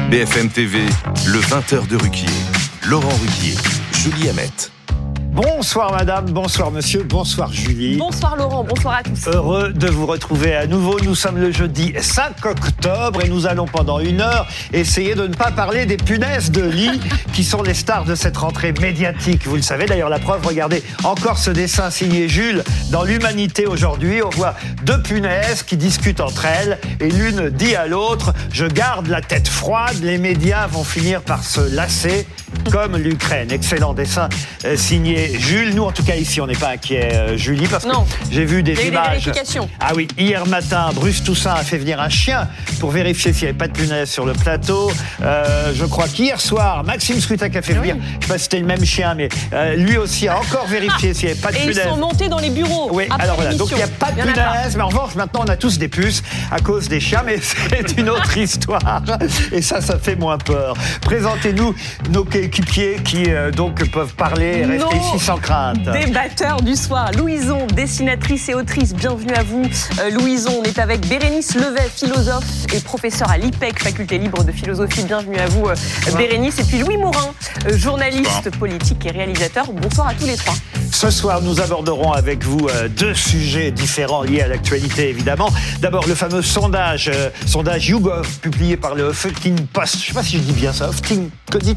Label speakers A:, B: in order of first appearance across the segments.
A: BFM TV, le 20h de Ruquier. Laurent Ruquier, Julie Hamet.
B: Bonsoir madame, bonsoir monsieur, bonsoir Julie.
C: Bonsoir Laurent, bonsoir à tous.
B: Heureux de vous retrouver à nouveau. Nous sommes le jeudi 5 octobre et nous allons pendant une heure essayer de ne pas parler des punaises de lit qui sont les stars de cette rentrée médiatique. Vous le savez d'ailleurs, la preuve, regardez encore ce dessin signé Jules dans l'Humanité aujourd'hui. On voit deux punaises qui discutent entre elles et l'une dit à l'autre « Je garde la tête froide, les médias vont finir par se lasser comme l'Ukraine ». Excellent dessin signé Jules. Nous, en tout cas, ici, on n'est pas inquiets, Julie, parce que j'ai vu des images.
C: Des vérifications.
B: Ah oui, hier matin, Bruce Toussaint a fait venir un chien pour vérifier s'il n'y avait pas de punaise sur le plateau. Je crois qu'hier soir, Maxime Scrutak a fait venir, je ne sais pas si c'était le même chien, mais lui aussi a encore vérifié s'il n'y avait pas de punaise.
C: Et ils sont montés dans les bureaux.
B: Oui, alors voilà, donc il n'y a pas de punaise, mais en revanche, maintenant, on a tous des puces à cause des chiens, mais c'est une autre histoire. Et ça fait moins peur. Présentez-nous nos coéquipiers qui donc peuvent parler et rester ici sans crainte.
C: Débatteurs du soir, Louison, dessinatrice et autrice, bienvenue à vous. Louison, on est avec Bérénice Levet, philosophe et professeur à l'IPEC, faculté libre de philosophie, bienvenue à vous Bérénice. Et puis Louis Morin, journaliste politique et réalisateur, bonsoir à tous les trois.
B: Ce soir, nous aborderons avec vous deux sujets différents liés à l'actualité, évidemment. D'abord, le fameux sondage YouGov, publié par le Huffington Post. Je ne sais pas si je dis bien ça, Huffington.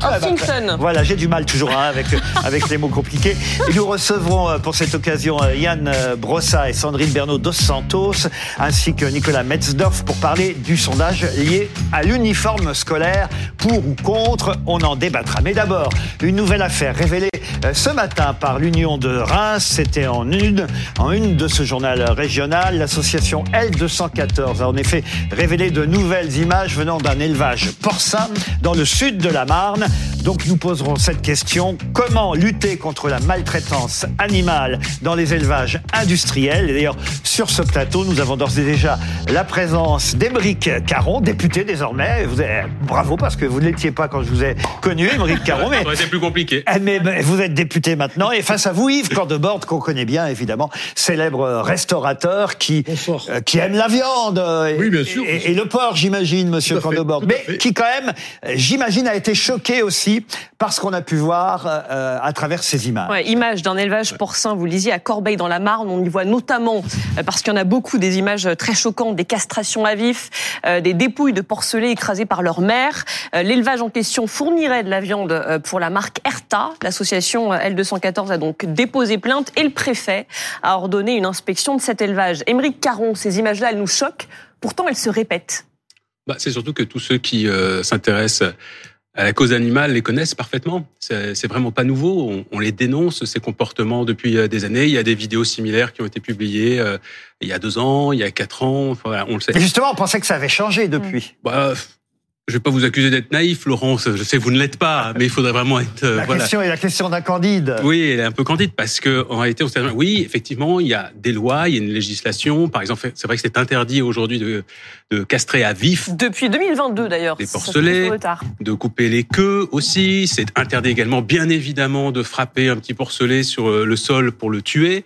B: Voilà, j'ai du mal toujours avec les mots compliqués. Et nous recevrons pour cette occasion Yann Brossa et Sandrine Bernot dos Santos, ainsi que Nicolas Metzdorf pour parler du sondage lié à l'uniforme scolaire. Pour ou contre, on en débattra. Mais d'abord, une nouvelle affaire révélée ce matin par l'Union de Reims. C'était en une de ce journal régional. L'association L214 a en effet révélé de nouvelles images venant d'un élevage porcin dans le sud de la Marne. Donc nous poserons cette question: comment lutter contre la maltraitance animale dans les élevages industriels? Et d'ailleurs, sur ce plateau, nous avons d'ores et déjà la présence d'Aymeric Caron, député désormais. Bravo, parce que vous ne l'étiez pas quand je vous ai connu, Aymeric Caron. Mais
D: c'est plus compliqué.
B: Mais vous êtes député maintenant. Et face à vous, Yves Cordebord, qu'on connaît bien, évidemment, célèbre restaurateur qui aime la viande.
D: Oui, bien sûr.
B: Et le porc, j'imagine, monsieur Cordebord. Mais qui, quand même, j'imagine, a été choqué aussi par ce qu'on a pu voir à travers ces images.
C: Ouais, images d'un élevage porcin, vous le disiez, à Corbeil dans la Marne. On y voit notamment, parce qu'il y en a beaucoup, des images très choquantes, des castrations à vif, des dépouilles de porcelets écrasées par leur mère. L'élevage en question fournirait de la viande pour la marque Erta. L'association L214 a donc déposé plainte et le préfet a ordonné une inspection de cet élevage. Aymeric Caron, ces images-là, elles nous choquent. Pourtant, elles se répètent.
D: C'est surtout que tous ceux qui s'intéressent à la cause animale les connaissent parfaitement. C'est vraiment pas nouveau. On les dénonce, ces comportements, depuis des années. Il y a des vidéos similaires qui ont été publiées il y a 2 ans, il y a 4 ans. Enfin, voilà, on le sait.
B: Et justement, on pensait que ça avait changé depuis.
D: Je vais pas vous accuser d'être naïf, Laurent. Je sais que vous ne l'êtes pas, mais il faudrait vraiment être.
B: Question est la question d'un candide.
D: Oui, elle est un peu candide parce que en réalité, on s'est dit, oui, effectivement, il y a des lois, il y a une législation. Par exemple, c'est vrai que c'est interdit aujourd'hui de castrer à vif.
C: Depuis 2022 d'ailleurs.
D: Des porcelets, de couper les queues aussi. C'est interdit également, bien évidemment, de frapper un petit porcelet sur le sol pour le tuer.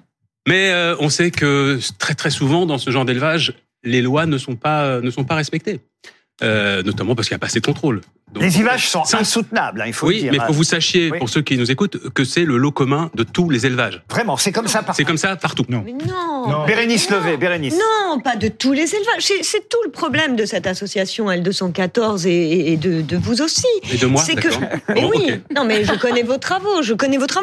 D: Mais on sait que très très souvent dans ce genre d'élevage, les lois ne sont pas respectées. Notamment parce qu'il n'y a pas assez de contrôle. Donc,
B: les images sont insoutenables, il faut le dire.
D: Oui, mais il faut que vous sachiez, pour ceux qui nous écoutent, que c'est le lot commun de tous les élevages.
B: Vraiment, c'est comme ça partout.
D: C'est comme ça partout.
E: Mais non.
B: Bérénice Levet, Bérénice.
E: Non, pas de tous les élevages. C'est tout le problème de cette association L214 et de vous aussi.
D: Et de moi,
E: c'est
D: d'accord.
E: Mais oui, okay. Non mais je connais vos travaux, le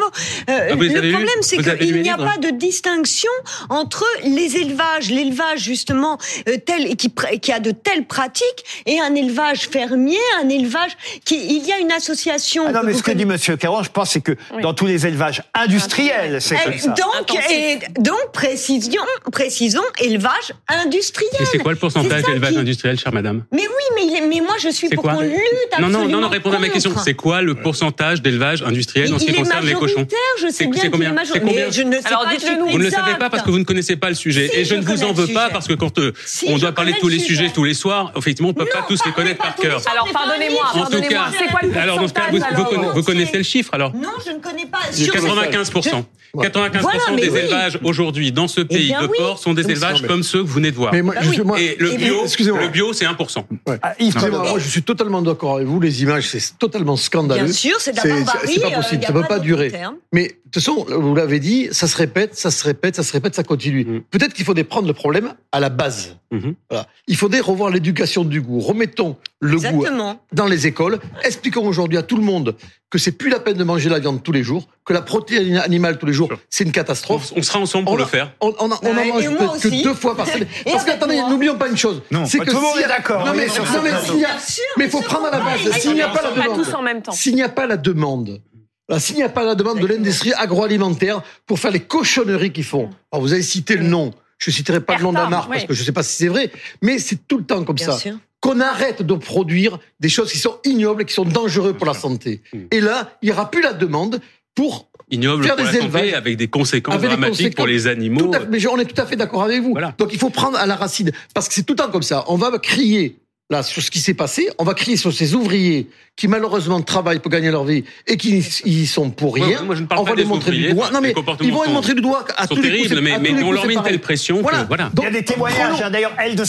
E: problème, c'est qu'il n'y a pas de distinction entre les élevages, l'élevage justement tel et qui a de telles pratiques, et un élevage fermier, un élevage il y a une association.
B: Non, mais ce que dit monsieur Caron, je pense, c'est que dans tous les élevages industriels, c'est comme ça.
E: Donc précisons élevage industriel.
D: Et c'est quoi le pourcentage d'élevage industriel, chère madame?
E: Mais oui, mais moi je suis pour qu'on lutte absolument.
D: Non, répondez à ma question. C'est quoi le pourcentage d'élevage industriel en ce qui concerne les cochons?
E: Je sais bien qu'il est majoritaire, mais je ne sais pas.
C: Dites-le-nous.
D: Vous ne le savez pas parce que vous ne connaissez pas le sujet. Et je ne vous en veux pas parce que quand on doit parler de tous les sujets tous les soirs, effectivement, on ne peut pas tous les connaître par cœur.
C: Alors pardonnez-moi, pardonnez-moi. C'est quoi le pourcentage?
D: Alors, dans ce cas, vous connaissez le chiffre, alors?
E: Non, je ne connais pas.
D: 95%. 95% des élevages aujourd'hui dans ce pays de porcs sont des élevages comme ceux que vous venez de voir. Et le bio, c'est 1%.
F: Moi, je suis totalement d'accord avec vous. Les images, c'est totalement scandaleux.
E: Bien sûr, c'est de la barbarie.
F: C'est pas possible. Ça ne peut pas durer. Mais de toute façon, vous l'avez dit, ça se répète, ça continue. Peut-être qu'il faudrait prendre le problème à la base. Voilà. Il faudrait revoir l'éducation du goût. Remettons le goût dans les écoles. Expliquons aujourd'hui à tout le monde que c'est plus la peine de manger la viande tous les jours, que la protéine animale tous les jours, c'est une catastrophe.
D: On sera ensemble pour le faire.
F: On en mange peut-être que 2 fois par semaine. Parce qu'attendez, n'oublions pas une chose.
B: C'est que tout le monde est d'accord.
F: Mais il faut prendre à la base. S'il n'y a pas la demande, s'il n'y a pas la demande de l'industrie agroalimentaire pour faire les cochonneries qu'ils font. Alors vous avez cité le nom. Je ne citerai pas le nom de la marque parce que je ne sais pas si c'est vrai, mais c'est tout le temps comme ça. Qu'on arrête de produire des choses qui sont ignobles et qui sont dangereuses pour la santé. Et là, il n'y aura plus la demande pour
D: ignoble
F: faire
D: pour
F: des
D: la
F: élevages
D: santé avec des conséquences dramatiques pour les animaux.
F: Mais on est tout à fait d'accord avec vous. Voilà. Donc il faut prendre à la racine, parce que c'est tout le temps comme ça. On va crier là sur ce qui s'est passé, on va crier sur ces ouvriers qui malheureusement travaillent pour gagner leur vie et qui y sont pour rien.
D: Moi, je ne parle
F: on
D: pas
F: va les montrer du doigt. Non mais ils vont les montrer du doigt à tous les coups.
D: Mais on leur met une telle pression que voilà.
B: Il y a des témoignages. D'ailleurs,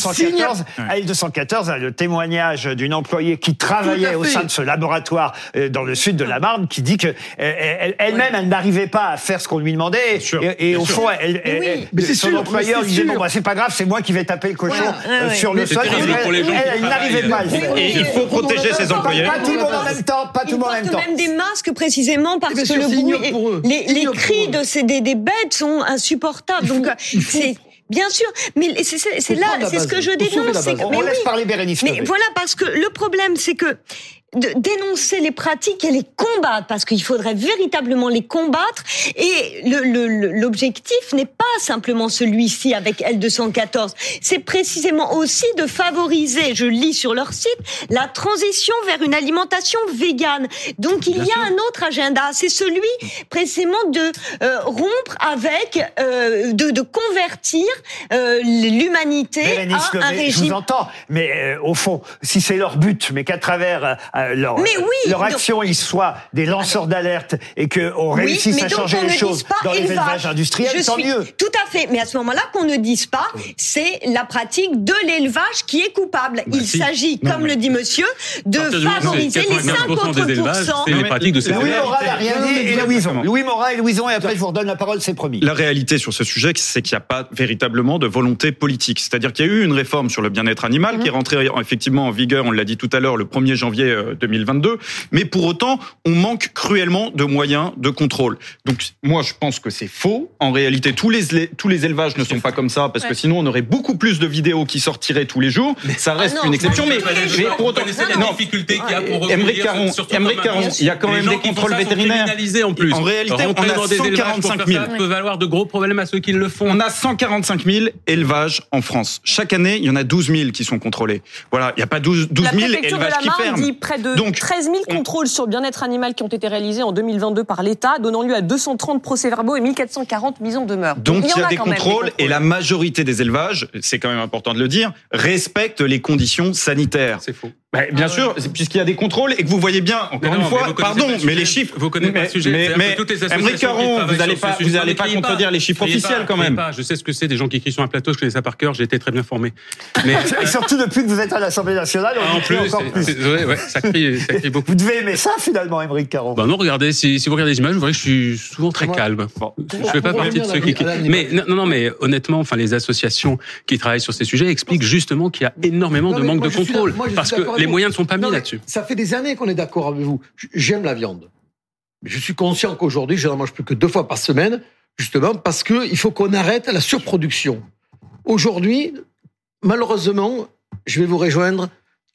B: L214 a le témoignage d'une employée qui travaillait au sein de ce laboratoire dans le sud de la Marne, qui dit que elle-même, elle n'arrivait pas à faire ce qu'on lui demandait. Et au fond, son employeur disait bon, c'est pas grave, c'est moi qui vais taper le cochon sur le sol. Elle n'arrivait pas à le faire.
G: Et il faut protéger ses employés.
B: Pas tout le monde en même temps, pas tout le monde en même temps.
E: Même des masques précisément parce que le bruit, les cris des bêtes sont insupportables. Donc c'est bien sûr, mais c'est là, c'est ce que je dénonce.
B: On laisse parler Bérénice.
E: Mais voilà, parce que le problème, c'est que de dénoncer les pratiques et les combattre, parce qu'il faudrait véritablement les combattre. Et l'objectif n'est pas simplement celui-ci avec L214. C'est précisément aussi de favoriser, je lis sur leur site, la transition vers une alimentation végane. Donc il y a un autre agenda, c'est celui précisément de rompre avec, de convertir l'humanité à un régime.
B: Je vous entends, mais au fond, si c'est leur but, mais qu'à travers leur action, ils soient des lanceurs d'alerte et qu'on réussisse à changer les choses dans les élevages industriels, tant mieux.
E: Tout à fait. Mais à ce moment-là, qu'on ne dise pas, c'est la pratique de l'élevage qui est coupable. Il s'agit, comme le dit monsieur, de favoriser les 50%.
D: C'est les pratiques de ces
B: Louis Moral a rien dit et Louison. Louis Moral et Louison, et après je vous redonne la parole, c'est promis.
G: La réalité sur ce sujet, c'est qu'il n'y a pas véritablement de volonté politique. C'est-à-dire qu'il y a eu une réforme sur le bien-être animal qui est rentrée effectivement en vigueur, on l'a dit tout à l'heure, le 1er janvier 2022, mais pour autant, on manque cruellement de moyens de contrôle. Donc, moi, je pense que c'est faux. En réalité, tous les élevages ne sont pas comme ça, parce que sinon, on aurait beaucoup plus de vidéos qui sortiraient tous les jours. Ça reste une exception, mais pour autant,
D: la difficulté qu'il y a pour
G: Émeric Caron, il y a quand même des contrôles vétérinaires.
D: En plus.
G: En réalité, on a 145 000.
D: Ça peut valoir de gros problèmes à ceux qui le font.
G: On a 145 000 élevages en France. Chaque année, il y en a 12 000 qui sont contrôlés. Voilà, il n'y a pas 12 000 élevages qui ferment.
C: Dit près de 13 000 contrôles sur le bien-être animal qui ont été réalisés en 2022 par l'État, donnant lieu à 230 procès-verbaux et 1440 mises en demeure.
G: Donc il y a des contrôles et la majorité des élevages, c'est quand même important de le dire, respectent les conditions sanitaires.
D: C'est faux.
G: Bien sûr, puisqu'il y a des contrôles et que vous voyez bien, encore une fois, mais les chiffres.
D: Vous connaissez pas le sujet.
G: Mais Émeric Caron, vous n'allez pas contredire les chiffres officiels quand même.
D: Je sais ce que c'est, des gens qui crient sur un plateau, je connais ça par cœur, j'ai été très bien formé.
B: Et surtout depuis que vous êtes à l'Assemblée nationale, on crie encore plus.
D: Ça crie beaucoup.
B: Vous devez aimer ça finalement, Émeric Caron.
D: Non, regardez, si vous regardez les images, vous verrez que je suis souvent très calme. Je fais pas partie de ceux qui. Mais mais honnêtement, les associations qui travaillent sur ces sujets expliquent justement qu'il y a énormément de manque de contrôle, parce que les moyens ne sont pas mis là-dessus.
F: Ça fait des années qu'on est d'accord avec vous. J'aime la viande. Mais je suis conscient qu'aujourd'hui, je n'en mange plus que 2 fois par semaine, justement parce qu'il faut qu'on arrête la surproduction. Aujourd'hui, malheureusement, je vais vous rejoindre,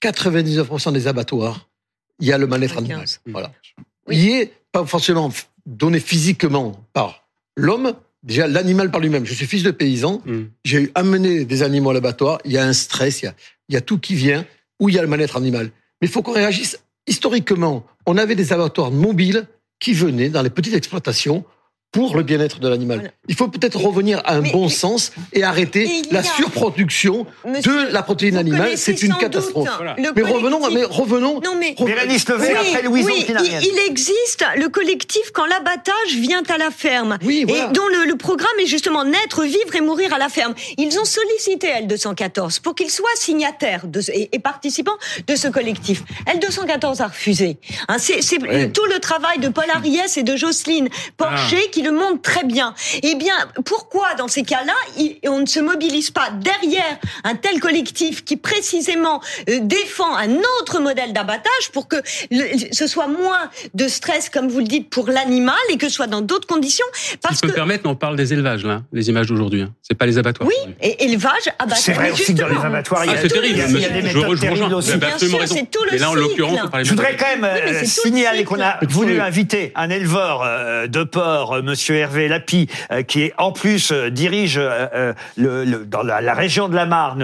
F: 99% des abattoirs, il y a le mal-être animal. Voilà. Il est pas forcément donné physiquement par l'homme, déjà l'animal par lui-même. Je suis fils de paysan, j'ai amené des animaux à l'abattoir, il y a un stress, il y a tout qui vient, où il y a le mal-être animal. Mais il faut qu'on réagisse historiquement. On avait des abattoirs mobiles qui venaient dans les petites exploitations. pour le bien-être de l'animal. Voilà. Il faut peut-être revenir à un bon sens et arrêter la surproduction de la protéine animale. C'est une catastrophe. Voilà. Mais revenons.
B: Bérénice Levé, après Louison qui n'a rien dit.
E: Il existe le collectif Quand l'abattage vient à la ferme. Oui, voilà. Et dont le programme est justement naître, vivre et mourir à la ferme. Ils ont sollicité L214 pour qu'ils soient signataires et participants de ce collectif. L214 a refusé. C'est tout le travail de Paul Ariès et de Jocelyne Porcher qui le montre très bien. Eh bien, pourquoi dans ces cas-là, on ne se mobilise pas derrière un tel collectif qui précisément défend un autre modèle d'abattage pour que ce soit moins de stress, comme vous le dites, pour l'animal et que ce soit dans d'autres conditions.
D: Parce si je peux me permettre, on parle des élevages, là, les images d'aujourd'hui. C'est pas les abattoirs.
E: Oui, et élevage, abattage.
B: C'est vrai aussi que dans les abattoirs,
D: c'est terrible.
B: Il y a des méthodes terribles aussi.
D: Bien sûr, c'est tout le cycle. Mais là, en l'occurrence, on parlait.
B: Je voudrais quand même signaler qu'on a voulu inviter un éleveur de porc, Monsieur Hervé Lapie, qui est en plus dirige dans la région de la Marne,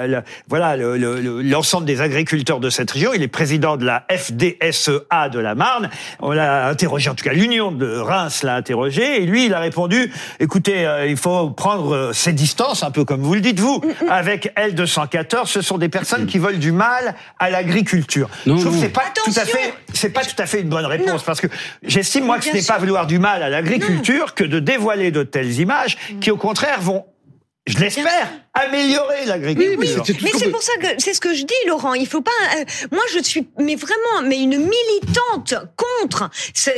B: l'ensemble des agriculteurs de cette région. Il est président de la FDSEA de la Marne. On l'a interrogé, en tout cas l'Union de Reims l'a interrogé, et lui il a répondu: écoutez, il faut prendre ses distances, un peu comme vous le dites vous, avec L214. Ce sont des personnes qui veulent du mal à l'agriculture. Je trouve que c'est pas tout à fait une bonne réponse, parce que j'estime moi que ce n'est pas vouloir du mal à l'agriculture que de dévoiler de telles images qui au contraire vont, je l'espère, améliorer l'agriculture.
E: Oui, mais c'est pour ça que c'est ce que je dis, Laurent. Il faut pas. Moi, je suis une militante contre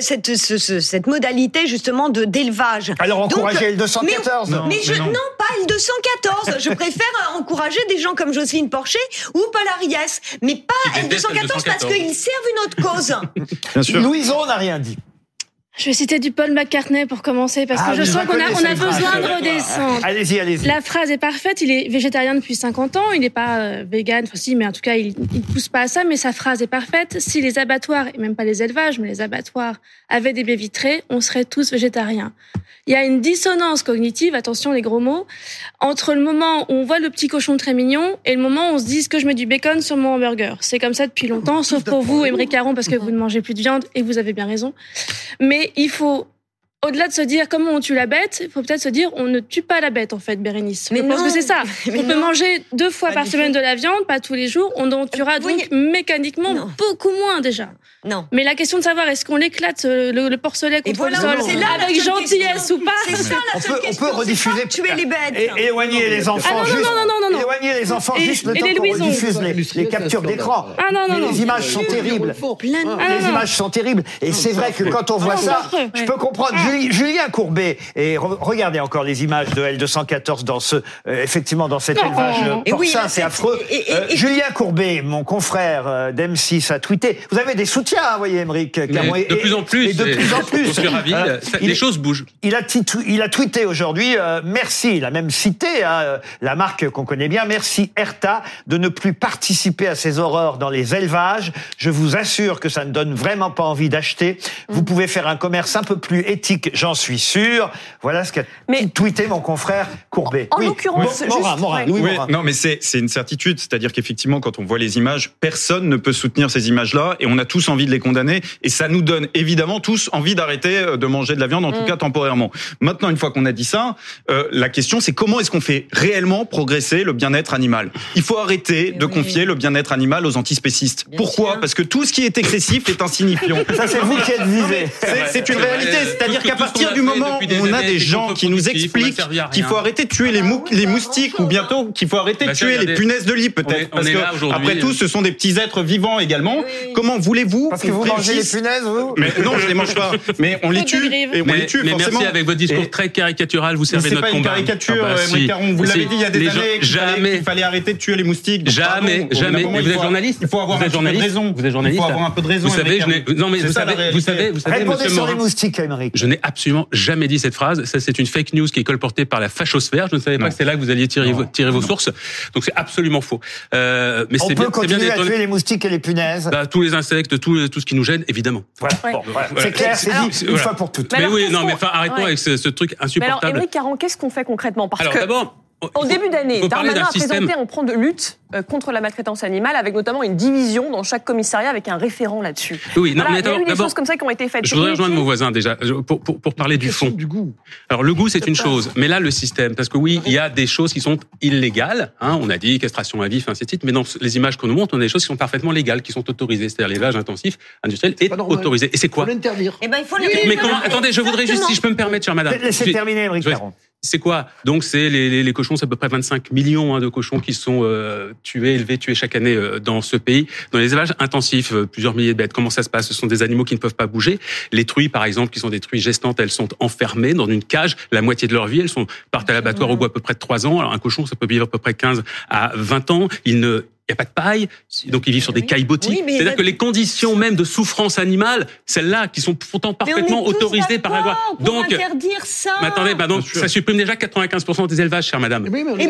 E: cette modalité justement d'élevage.
B: Alors encourager L214.
E: Non, pas L214. Je préfère encourager des gens comme Jocelyne Porcher ou Paul Ariès, mais pas L214 parce qu'ils servent une autre cause.
B: Bien sûr. Louison n'a rien dit.
H: Je vais citer du Paul McCartney pour commencer, parce que je sens qu'on a besoin de redescendre.
B: Allez-y.
H: La phrase est parfaite, il est végétarien depuis 50 ans, il n'est pas vegan, enfin si, mais en tout cas, il pousse pas à ça, mais sa phrase est parfaite. Si les abattoirs, et même pas les élevages, mais les abattoirs avaient des baies vitrées, on serait tous végétariens. Il y a une dissonance cognitive, attention les gros mots, entre le moment où on voit le petit cochon très mignon et le moment où on se dit: est-ce que je mets du bacon sur mon hamburger? C'est comme ça depuis longtemps, sauf pour vous, Aymeric Caron, parce que vous ne mangez plus de viande, et vous avez bien raison. Mais il faut, au-delà de se dire comment on tue la bête, il faut peut-être se dire on ne tue pas la bête en fait, Bérénice. Je pense que c'est ça. On peut manger 2 fois par semaine de la viande, pas tous les jours. On en tuera donc mécaniquement beaucoup moins déjà. Non. Mais la question de savoir est-ce qu'on l'éclate le porcelet contre le sol avec gentillesse ou pas.
E: C'est ça la seule question.
B: On peut rediffuser,
E: tuer les bêtes.
B: Et éloigner les enfants juste.
H: Non.
B: Éloigner les enfants juste le temps qu'on rediffuse les captures d'écran. Les images sont terribles. Les images sont terribles. Et c'est vrai que quand on voit ça, je peux comprendre. Julien Courbet, et regardez encore les images de L214 effectivement dans cet élevage porcin, c'est affreux. Julien Courbet, mon confrère d'M6, a tweeté. Vous avez des soutiens, vous voyez, Aymeric Caron.
D: De plus en plus.
B: Et de plus en plus.
D: Je suis ravi. Les choses bougent.
B: Il a tweeté aujourd'hui, merci, il a même cité la marque qu'on connaît bien, merci Erta de ne plus participer à ces horreurs dans les élevages. Je vous assure que ça ne donne vraiment pas envie d'acheter. Vous pouvez faire un commerce un peu plus éthique, j'en suis sûr. Voilà ce qu'a tweeté mon confrère Courbet.
C: En l'occurrence,
B: Morin.
G: Non, mais c'est une certitude. C'est-à-dire qu'effectivement, quand on voit les images, personne ne peut soutenir ces images-là et on a tous envie de les condamner. Et ça nous donne évidemment tous envie d'arrêter de manger de la viande, en tout cas temporairement. Maintenant, une fois qu'on a dit ça, la question c'est comment est-ce qu'on fait réellement progresser le bien-être animal? Il faut arrêter de confier le bien-être animal aux antispécistes. Pourquoi? Parce que tout ce qui est excessif est insignifiant.
B: Ça, c'est vous qui êtes visé.
G: C'est une réalité. C'est-à-dire qu'à partir du moment où on a des gens qui nous expliquent qu'il faut arrêter de tuer les moustiques, ou bientôt qu'il faut arrêter de tuer les punaises de lit, peut-être. Parce que, après tout, ce sont des petits êtres vivants également. Comment voulez-vous?
B: Parce que vous mangez les punaises, vous?
G: Mais non, je les mange pas. Mais on les tue. Et on les tue, forcément.
D: Mais merci, avec votre discours très caricatural, vous servez notre combat.
G: C'est pas une caricature, Aymeric Caron. Vous l'avez dit il y a des années qu'il fallait arrêter de tuer les moustiques.
D: Jamais. Mais vous êtes journaliste.
G: Il faut avoir un peu de raison.
D: Vous êtes journaliste.
G: Il faut avoir un peu de raison.
D: Vous savez, vous savez,
B: répondez sur les moustiques, Aymeric.
D: Je n'ai absolument jamais dit cette phrase. Ça, c'est une fake news qui est colportée par la fachosphère. Je ne savais pas que c'est là que vous alliez tirer vos sources. Donc c'est absolument faux.
B: Mais on peut continuer à tuer les moustiques et les punaises.
D: Tous les insectes, tout ce qui nous gêne, évidemment.
B: Voilà. C'est clair, c'est dit une fois pour toutes.
D: Mais oui, non, mais arrêtons avec ce truc insupportable.
C: Alors, Aymeric Caron, qu'est-ce qu'on fait concrètement?
D: Alors d'abord,
C: En début d'année, Darmanin a présenté un plan de lutte contre la maltraitance animale, avec notamment une division dans chaque commissariat avec un référent là-dessus.
D: Oui, non,
C: voilà,
D: mais
C: il y a eu des choses comme ça qui ont été faites.
D: Je voudrais rejoindre mon voisin déjà, pour parler du fond.
F: Du goût.
D: Alors le goût, c'est une chose, mais là, le système, parce que oui, il y a des choses qui sont illégales, hein, on a dit castration à vif, ainsi de suite, mais dans les images qu'on nous montre, on a des choses qui sont parfaitement légales, qui sont autorisées, c'est-à-dire l'élevage intensif, industriel, est autorisé. Et c'est quoi?
F: Il faut l'interdire.
E: Eh ben, il faut l'interdire.
D: Mais comment? Attendez, je voudrais juste, si je peux me permettre, chère madame.
B: Laissez terminer, Émeric Caron.
D: C'est quoi? Donc c'est les cochons, c'est à peu près 25 millions de cochons qui sont tués chaque année dans ce pays. Dans les élevages intensifs, plusieurs milliers de bêtes. Comment ça se passe? Ce sont des animaux qui ne peuvent pas bouger. Les truies, par exemple, qui sont des truies gestantes, elles sont enfermées dans une cage la moitié de leur vie. Elles partent à l'abattoir au bout à peu près de 3 ans. Alors un cochon, ça peut vivre à peu près 15 à 20 ans. Il n'y a pas de paille, donc ils vivent sur des caillebotis. Oui, c'est-à-dire que les conditions même de souffrance animale, celles-là, qui sont pourtant parfaitement autorisées par la loi.
E: Donc, interdire ça.
D: Mais attendez, donc ça supprime déjà 95% des élevages, chère madame.
E: Oui, 95%.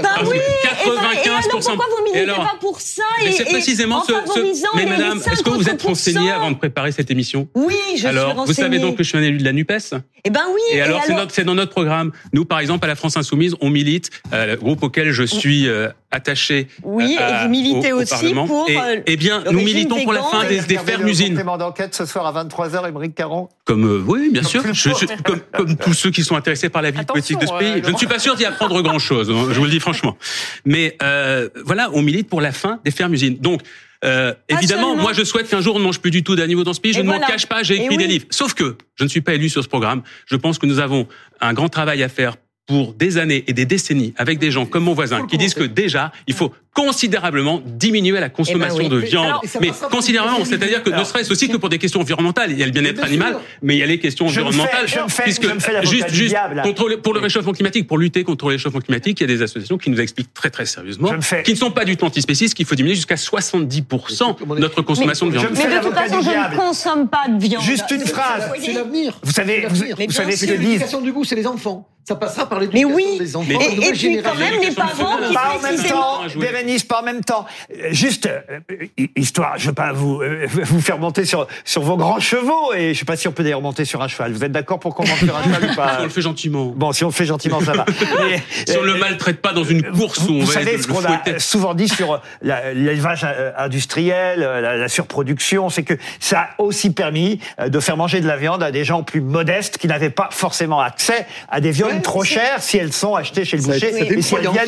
E: Et alors pourquoi vous militez pas pour ça?
D: C'est précisément Mais madame, est-ce que vous êtes renseignée avant de préparer cette émission?
E: Oui, je suis renseignée.
D: Alors, vous savez donc que je suis un élu de la NUPES?
E: Eh ben oui.
D: Et alors, c'est dans notre programme. Nous, par exemple, à la France Insoumise, on milite, le groupe auquel je suis attaché.
E: Oui, et vous militez aussi pour.
D: Eh bien, nous militons pour la fin des fermes-usines.
B: Complément d'enquête ce soir à 23h, Émeric Caron.
D: Oui, bien sûr. Comme tous ceux qui sont intéressés par la vie politique de ce pays. Je ne suis pas sûr d'y apprendre grand-chose, je vous le dis franchement. Mais voilà, on milite pour la fin des fermes-usines. Donc, évidemment, moi je souhaite qu'un jour on ne mange plus du tout d'animaux dans ce pays. Je ne m'en cache pas, j'ai écrit des livres. Sauf que je ne suis pas élu sur ce programme. Je pense que nous avons un grand travail à faire pour des années et des décennies avec des gens comme mon voisin qui disent que déjà, il faut considérablement diminuer la consommation de viande. Mais considérablement, c'est-à-dire que ne serait-ce aussi que pour des questions environnementales. Il y a le bien-être animal, mais il y a les questions environnementales. Puisque juste pour le réchauffement climatique, pour lutter contre le réchauffement climatique, il y a des associations qui nous expliquent très très sérieusement, qui ne sont pas du tout antispécistes, qu'il faut diminuer jusqu'à 70% notre consommation de viande.
E: Mais de toute façon, je ne consomme pas de viande.
B: Juste une phrase.
F: C'est l'avenir.
B: Vous savez ce que disent.
F: L'éducation du goût, c'est les enfants. Ça passera par l'éducation des enfants.
E: Et puis quand même les parents qui précisément...
B: Bérénice, pas en même temps. Juste, histoire, je ne veux pas vous faire monter sur vos grands chevaux, et je ne sais pas si on peut d'ailleurs monter sur un cheval. Vous êtes d'accord pour qu'on monte sur un cheval ou pas?
D: Si on le fait gentiment.
B: Bon, si on le fait gentiment, ça va.
D: Si on ne le maltraite pas dans une course où on va...
B: Vous savez ce qu'on a souvent dit sur l'élevage industriel, la surproduction, c'est que ça a aussi permis de faire manger de la viande à des gens plus modestes qui n'avaient pas forcément accès à des viandes trop chères si elles sont achetées chez le boucher et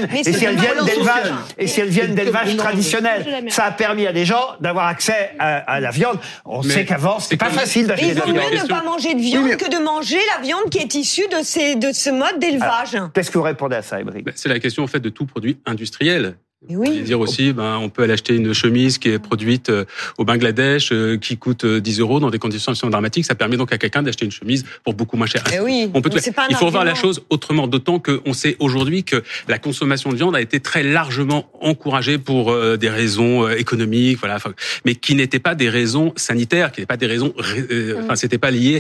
B: si elles viennent d'élevage traditionnel. Ça a permis à des gens d'avoir accès à la viande. On sait qu'avant, c'était pas facile d'acheter de la viande.
E: Il vaut mieux ne pas manger de viande que de manger la viande qui est issue de ce mode d'élevage.
B: Qu'est-ce que vous répondez à ça, Émeric?
D: C'est la question en fait de tout produit industriel.
E: Oui.
D: Dire aussi, on peut aller acheter une chemise qui est produite au Bangladesh, qui coûte 10 € dans des conditions absolument dramatiques. Ça permet donc à quelqu'un d'acheter une chemise pour beaucoup moins cher.
E: Oui,
D: il faut voir la chose autrement, d'autant qu'on sait aujourd'hui que la consommation de viande a été très largement encouragée pour des raisons économiques, voilà, mais qui n'étaient pas des raisons sanitaires, qui n'étaient pas des raisons, c'était pas lié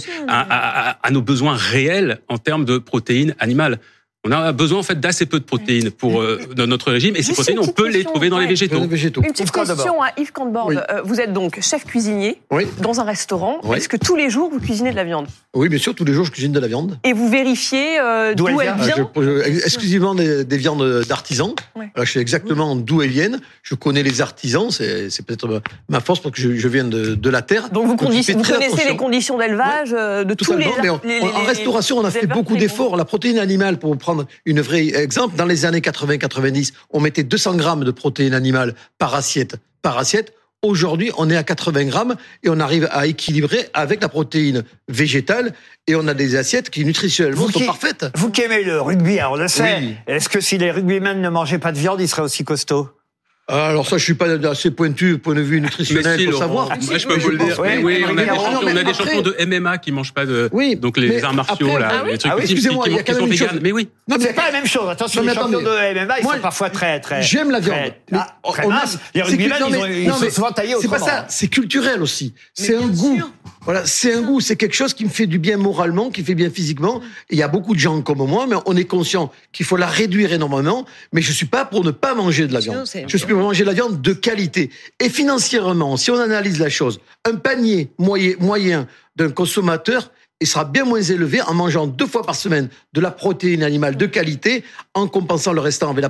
D: à nos besoins réels en termes de protéines animales. On a besoin en fait d'assez peu de protéines pour dans notre régime, et ces protéines on peut les trouver dans les végétaux.
C: Une petite question à Yves Cantbord. Vous êtes donc chef cuisinier dans un restaurant. Est-ce que tous les jours vous cuisinez de la viande?
F: Oui, bien sûr, tous les jours je cuisine de la viande.
C: Et vous vérifiez d'où elle vient?
F: Exclusivement des viandes d'artisans. Je sais exactement d'où elles viennent. Je connais les artisans, c'est peut-être ma force parce que je viens de la terre.
C: Donc vous connaissez les conditions d'élevage de tous les...
F: En restauration, on a fait beaucoup d'efforts. La protéine animale, pour prendre une vraie exemple, dans les années 80-90, on mettait 200 grammes de protéines animales par assiette. Aujourd'hui, on est à 80 grammes et on arrive à équilibrer avec la protéine végétale, et on a des assiettes qui nutritionnellement sont parfaites.
B: Vous qui aimez le rugby, on le sait. Oui. Est-ce que si les rugbymen ne mangeaient pas de viande, ils seraient aussi costauds?
F: Alors ça, je suis pas assez pointu point de vue nutritionnel pour savoir.
D: Moi, je peux vous le dire. Oui, on a des champions de MMA qui mangent pas de, donc les arts martiaux là, les trucs qui sont véganes. Mais oui.
B: Non, c'est pas la même chose. Attention, les champions de MMA, ils sont parfois très.
F: J'aime la viande.
B: Très mince. Les rugbymen, ils sont souvent taillés autrement.
F: C'est pas ça. C'est culturel aussi. C'est un goût. Voilà, c'est un goût, c'est quelque chose qui me fait du bien moralement, qui fait bien physiquement. Il y a beaucoup de gens comme moi, mais on est conscient qu'il faut la réduire énormément. Mais je suis pas pour ne pas manger de la viande. Je suis pour manger de la viande de qualité. Et financièrement, si on analyse la chose, un panier moyen d'un consommateur et sera bien moins élevé en mangeant 2 fois par semaine de la protéine animale de qualité, en compensant le restant avec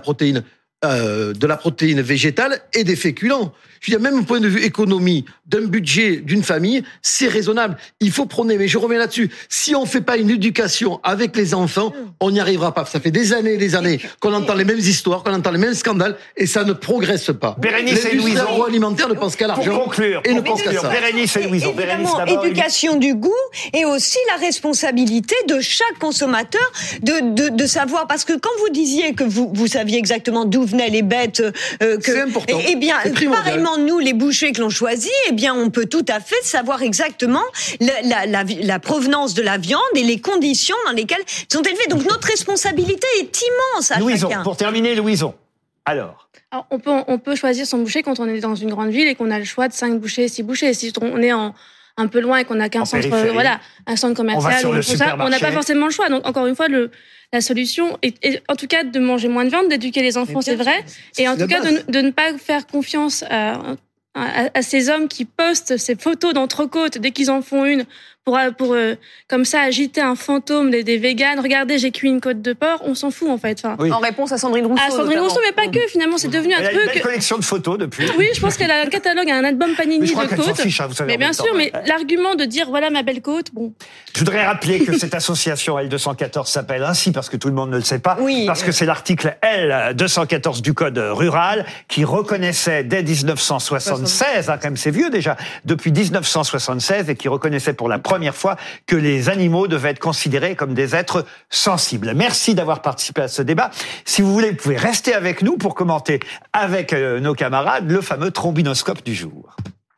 F: de la protéine végétale et des féculents. Je veux dire, même au point de vue économie, d'un budget d'une famille, c'est raisonnable. Il faut prôner, mais je reviens là-dessus. Si on fait pas une éducation avec les enfants, on n'y arrivera pas. Ça fait des années et des années qu'on entend les mêmes histoires, qu'on entend les mêmes scandales, et ça ne progresse pas.
B: Bérénice et Louison.
F: L'agroalimentaire ne pense qu'à l'argent.
B: Pour conclure,
F: et ne pense qu'à ça.
B: Bérénice et Louison.
E: Évidemment, éducation du goût et aussi la responsabilité de chaque consommateur de savoir, parce que quand vous disiez que vous saviez exactement d'où venaient les bêtes,
F: c'est important.
E: Eh bien, pareillement, nous, les bouchers que l'on choisit, eh bien, on peut tout à fait savoir exactement la provenance de la viande et les conditions dans lesquelles sont élevées. Donc, notre responsabilité est immense à
B: Louison,
E: chacun.
B: pour terminer, Louison. Alors,
H: on peut choisir son boucher quand on est dans une grande ville et qu'on a le choix de 5 bouchers, 6 bouchers. Si on est un peu loin et qu'on n'a qu'un centre, un centre commercial, on n'a pas forcément le choix. Donc, encore une fois, la solution est en tout cas de manger moins de viande, d'éduquer les enfants, c'est vrai, et en tout cas de ne pas faire confiance à ces hommes qui postent ces photos d'entrecôte dès qu'ils en font une pour comme ça agiter un fantôme des véganes. Regardez, j'ai cuit une côte de porc. On s'en fout en fait. Enfin,
C: oui. En réponse à Sandrine Rousseau.
H: Mais pas que. Finalement, c'est devenu un truc.
B: Elle a une belle collection de photos depuis.
H: Oui, je pense qu'elle a un catalogue, un album Panini de côtes.
B: Fiche, vous savez,
H: mais bien sûr, mais l'argument de dire voilà ma belle côte, bon.
B: Je voudrais rappeler que cette association L214 s'appelle ainsi parce que tout le monde ne le sait pas.
E: Oui.
B: Parce que c'est l'article L214 du Code rural qui reconnaissait dès 1976, quand même c'est vieux déjà, depuis 1976, et qui reconnaissait pour la première fois que les animaux devaient être considérés comme des êtres sensibles. Merci d'avoir participé à ce débat. Si vous voulez, vous pouvez rester avec nous pour commenter avec nos camarades le fameux trombinoscope du jour.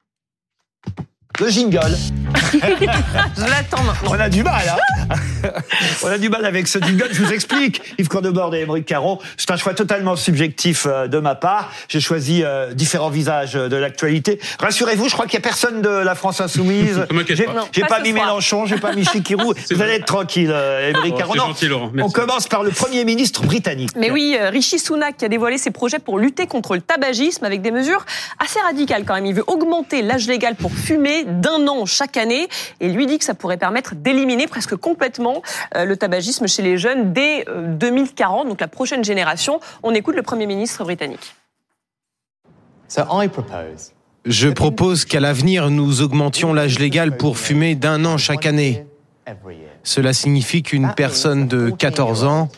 B: Le jingle.
C: Je l'attends maintenant.
B: On a du mal, hein. On a du mal avec ce jingle. Je vous explique. Yves Condebord et Émeric Caron, c'est un choix totalement subjectif de ma part. J'ai choisi différents visages de l'actualité. Rassurez-vous, je crois qu'il n'y a personne de la France Insoumise. J'ai pas mis Mélenchon, j'ai pas mis Chikirou. Vous allez être tranquille, Émeric Caron.
D: C'est gentil, Laurent. Merci.
B: On commence par le Premier ministre britannique.
C: Mais oui, Rishi Sunak qui a dévoilé ses projets pour lutter contre le tabagisme avec des mesures assez radicales quand même. Il veut augmenter l'âge légal pour fumer d'1 an chaque année et lui dit que ça pourrait permettre d'éliminer presque complètement le tabagisme chez les jeunes dès 2040, donc la prochaine génération. On écoute le Premier ministre britannique.
I: Je propose qu'à l'avenir, nous augmentions l'âge légal pour fumer d'1 an chaque année. Cela signifie qu'une personne de 14 ans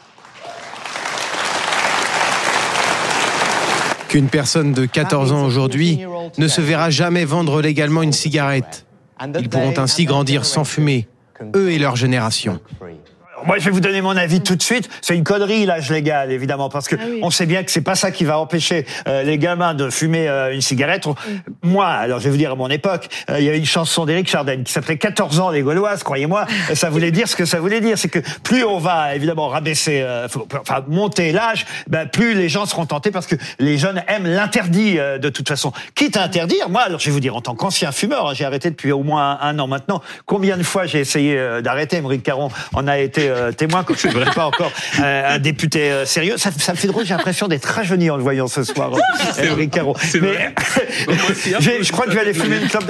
I: aujourd'hui ne se verra jamais vendre légalement une cigarette. Ils pourront ainsi grandir sans fumer, eux et leur génération.
B: Moi, je vais vous donner mon avis tout de suite. C'est une connerie, l'âge légal, évidemment, parce que on sait bien que c'est pas ça qui va empêcher les gamins de fumer une cigarette. Moi, alors je vais vous dire, à mon époque, il y avait une chanson d'Éric Chardin qui s'appelait 14 ans les Gauloises, croyez-moi. Ça voulait dire ce que ça voulait dire. C'est que plus on va, évidemment, rabaisser, monter l'âge, plus les gens seront tentés parce que les jeunes aiment l'interdit, de toute façon. Quitte à interdire, moi, alors je vais vous dire, en tant qu'ancien fumeur, j'ai arrêté depuis au moins 1 an maintenant. Combien de fois j'ai essayé d'arrêter? Émeric Caron en a été témoin quand je ne suis pas encore un député sérieux. Ça me fait drôle, j'ai l'impression d'être rajeuni en le voyant ce soir, Émeric Caron. Mais je crois que je vais aller fumer une clope.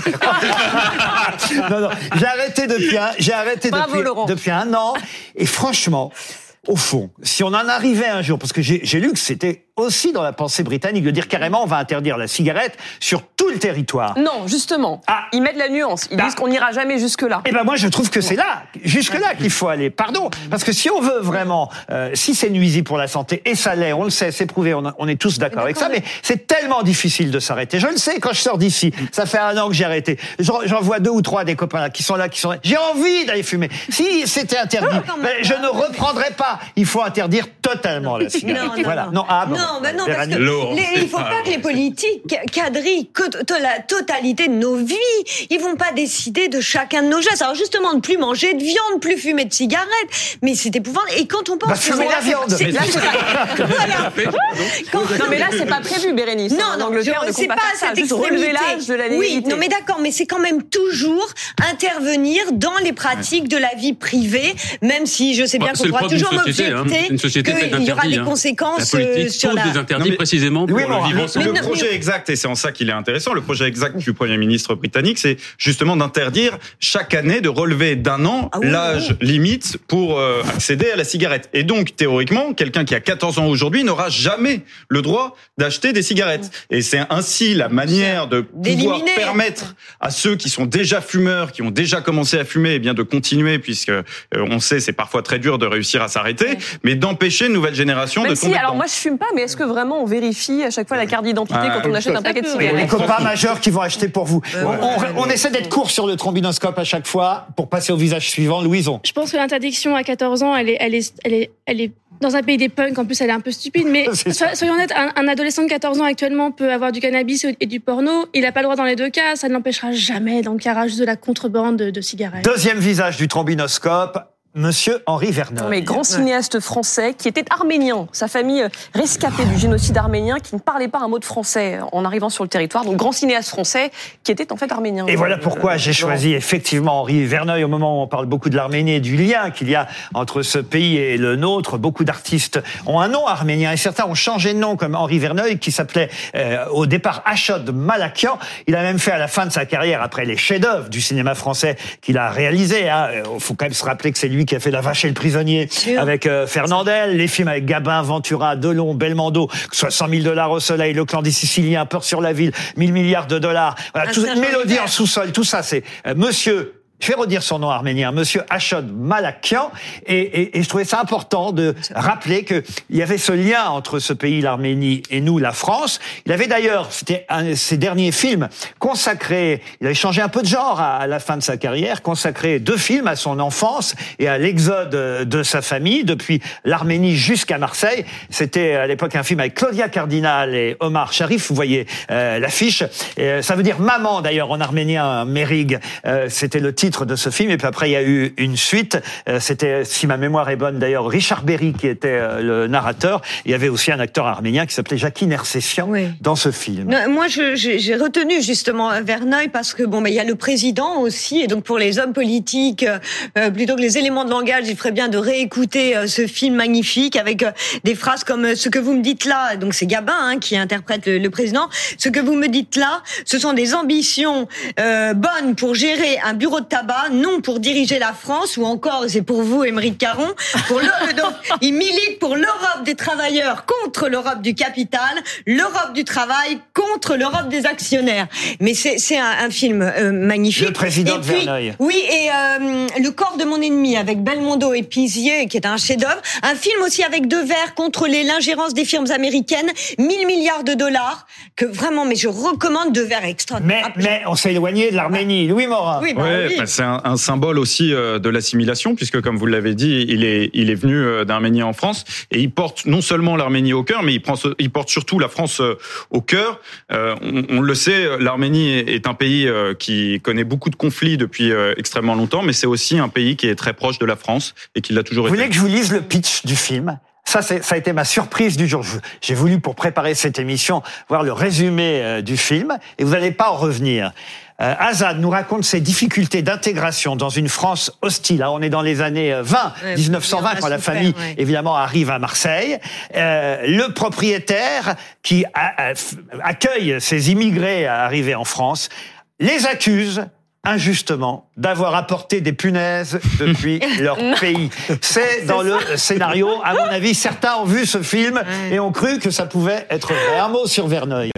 B: Non, j'ai arrêté depuis 1 an. Et franchement, au fond, si on en arrivait un jour, parce que j'ai lu que c'était aussi dans la pensée britannique de dire carrément on va interdire la cigarette sur tout le territoire.
C: Non, justement. Ils mettent la nuance. Ils disent qu'on n'ira jamais jusque-là.
B: Eh ben moi je trouve que c'est jusque-là qu'il faut aller. Pardon, parce que si on veut vraiment, si c'est nuisible pour la santé, et ça l'est, on le sait, c'est prouvé, on est tous d'accord avec ça, mais c'est tellement difficile de s'arrêter. Je le sais, quand je sors d'ici, ça fait 1 an que j'ai arrêté. J'en vois 2 ou 3 des copains là qui sont là. J'ai envie d'aller fumer. Si c'était interdit, je ne reprendrais pas. Il faut interdire totalement la cigarette. Non,
E: parce que il faut pas que les politiques quadrillent la totalité de nos vies. Ils vont pas décider de chacun de nos gestes. Alors justement, de plus manger de viande, plus fumer de cigarettes. Mais c'est épouvantable. Et quand on pense
B: fumer la viande.
C: Non, mais là, c'est pas prévu, Bérénice.
E: Non, c'est pas cette
C: juste relever l'âge de la légalité.
E: Oui, non, mais d'accord, mais c'est quand même toujours intervenir dans les pratiques de la vie privée, même si je sais bien qu'on pourra toujours m'objecter que il y aura des conséquences
D: la politique
E: sur
D: pose des interdits précisément pour le vivant ensemble.
G: Le projet exact, et c'est en ça qu'il est intéressant, le projet exact du Premier ministre britannique, c'est justement d'interdire chaque année de relever d'un an l'âge limite pour accéder à la cigarette. Et donc, théoriquement, quelqu'un qui a 14 ans aujourd'hui n'aura jamais le droit d'acheter des cigarettes. Et c'est ainsi la manière de pouvoir permettre à ceux qui sont déjà fumeurs, qui ont déjà commencé à fumer, eh bien de continuer, puisque on sait c'est parfois très dur de réussir à s'arrêter, mais d'empêcher une nouvelle génération de tomber dedans.
C: Alors moi je fume pas, mais est-ce que vraiment on vérifie à chaque fois la carte d'identité quand on achète un paquet de cigarettes?
B: Les copains majeurs qui vont acheter pour vous. On essaie d'être court sur le trombinoscope à chaque fois pour passer au visage suivant. Louison.
H: Je pense que l'interdiction à 14 ans, elle est dans un pays des punks, en plus elle est un peu stupide, mais soyons honnêtes, un adolescent de 14 ans actuellement peut avoir du cannabis et du porno, il n'a pas le droit dans les deux cas, ça ne l'empêchera jamais dans le carrage de la contrebande de cigarettes.
B: Deuxième visage du trombinoscope. Monsieur Henri Verneuil.
C: Mais grand cinéaste français qui était arménien. Sa famille rescapée du génocide arménien, qui ne parlait pas un mot de français en arrivant sur le territoire. Donc grand cinéaste français qui était en fait arménien.
B: Et voilà pourquoi j'ai choisi effectivement Henri Verneuil. Au moment où on parle beaucoup de l'Arménie et du lien qu'il y a entre ce pays et le nôtre, beaucoup d'artistes ont un nom arménien et certains ont changé de nom, comme Henri Verneuil qui s'appelait au départ Ashod Malakian. Il a même fait à la fin de sa carrière, après les chefs-d'œuvre du cinéma français qu'il a réalisé. Faut quand même se rappeler que c'est lui qui a fait La Vache et le Prisonnier avec Fernandel, les films avec Gabin, Ventura, Delon, Belmondo, que ce soit 100 000 $ au soleil, Le Clan des Siciliens, Peur sur la ville, 1000 milliards $. Voilà, Mélodie en sous-sol, tout ça, c'est Monsieur. Je vais redire son nom arménien, Monsieur Ashod Malakian, et je trouvais ça important de rappeler que il y avait ce lien entre ce pays, l'Arménie, et nous, la France. Il avait d'ailleurs, c'était un de ses derniers films consacrés, il avait changé un peu de genre à la fin de sa carrière, consacré 2 films à son enfance et à l'exode de sa famille, depuis l'Arménie jusqu'à Marseille. C'était à l'époque un film avec Claudia Cardinal et Omar Sharif, vous voyez l'affiche. Ça veut dire maman d'ailleurs en arménien, Merig. C'était le titre de ce film, et puis après il y a eu une suite, c'était, si ma mémoire est bonne d'ailleurs, Richard Berry qui était le narrateur. Il y avait aussi un acteur arménien qui s'appelait Jackie Nersessian dans ce film.
E: Non, moi j'ai retenu justement Verneuil parce que il y a le président aussi, et donc pour les hommes politiques, plutôt que les éléments de langage, il ferait bien de réécouter ce film magnifique avec des phrases comme ce que vous me dites là, donc c'est Gabin qui interprète le président, ce que vous me dites là, ce sont des ambitions bonnes pour gérer un bureau de tabac, non pour diriger la France, ou encore, c'est pour vous, Émeric Caron, donc, il milite pour l'Europe des travailleurs contre l'Europe du capital, l'Europe du travail contre l'Europe des actionnaires. Mais c'est un film magnifique.
B: Le président de Verneuil.
E: Oui, et Le corps de mon ennemi, avec Belmondo et Pizier, qui est un chef-d'œuvre. Un film aussi avec Devers contre l'ingérence des firmes américaines, 1000 milliards $, que vraiment, mais je recommande Devers extraordinaire.
B: Mais on s'est éloigné de l'Arménie. Louis Morin.
E: Oui,
G: c'est un symbole aussi de l'assimilation, puisque comme vous l'avez dit, il est venu d'Arménie en France, et il porte non seulement l'Arménie au cœur, mais il porte surtout la France au cœur. On le sait, l'Arménie est un pays qui connaît beaucoup de conflits depuis extrêmement longtemps, mais c'est aussi un pays qui est très proche de la France et qui l'a toujours été.
B: Vous voulez que je vous lise le pitch du film ? Ça a été ma surprise du jour. J'ai voulu, pour préparer cette émission, voir le résumé du film, et vous n'allez pas en revenir. Azad nous raconte ses difficultés d'intégration dans une France hostile. On est dans les années 1920, quand la famille, évidemment, arrive à Marseille. Le propriétaire qui accueille ces immigrés arrivés en France les accuse injustement d'avoir apporté des punaises depuis leur pays. C'est dans le scénario. À mon avis, certains ont vu ce film et ont cru que ça pouvait être vrai. Un mot sur Verneuil.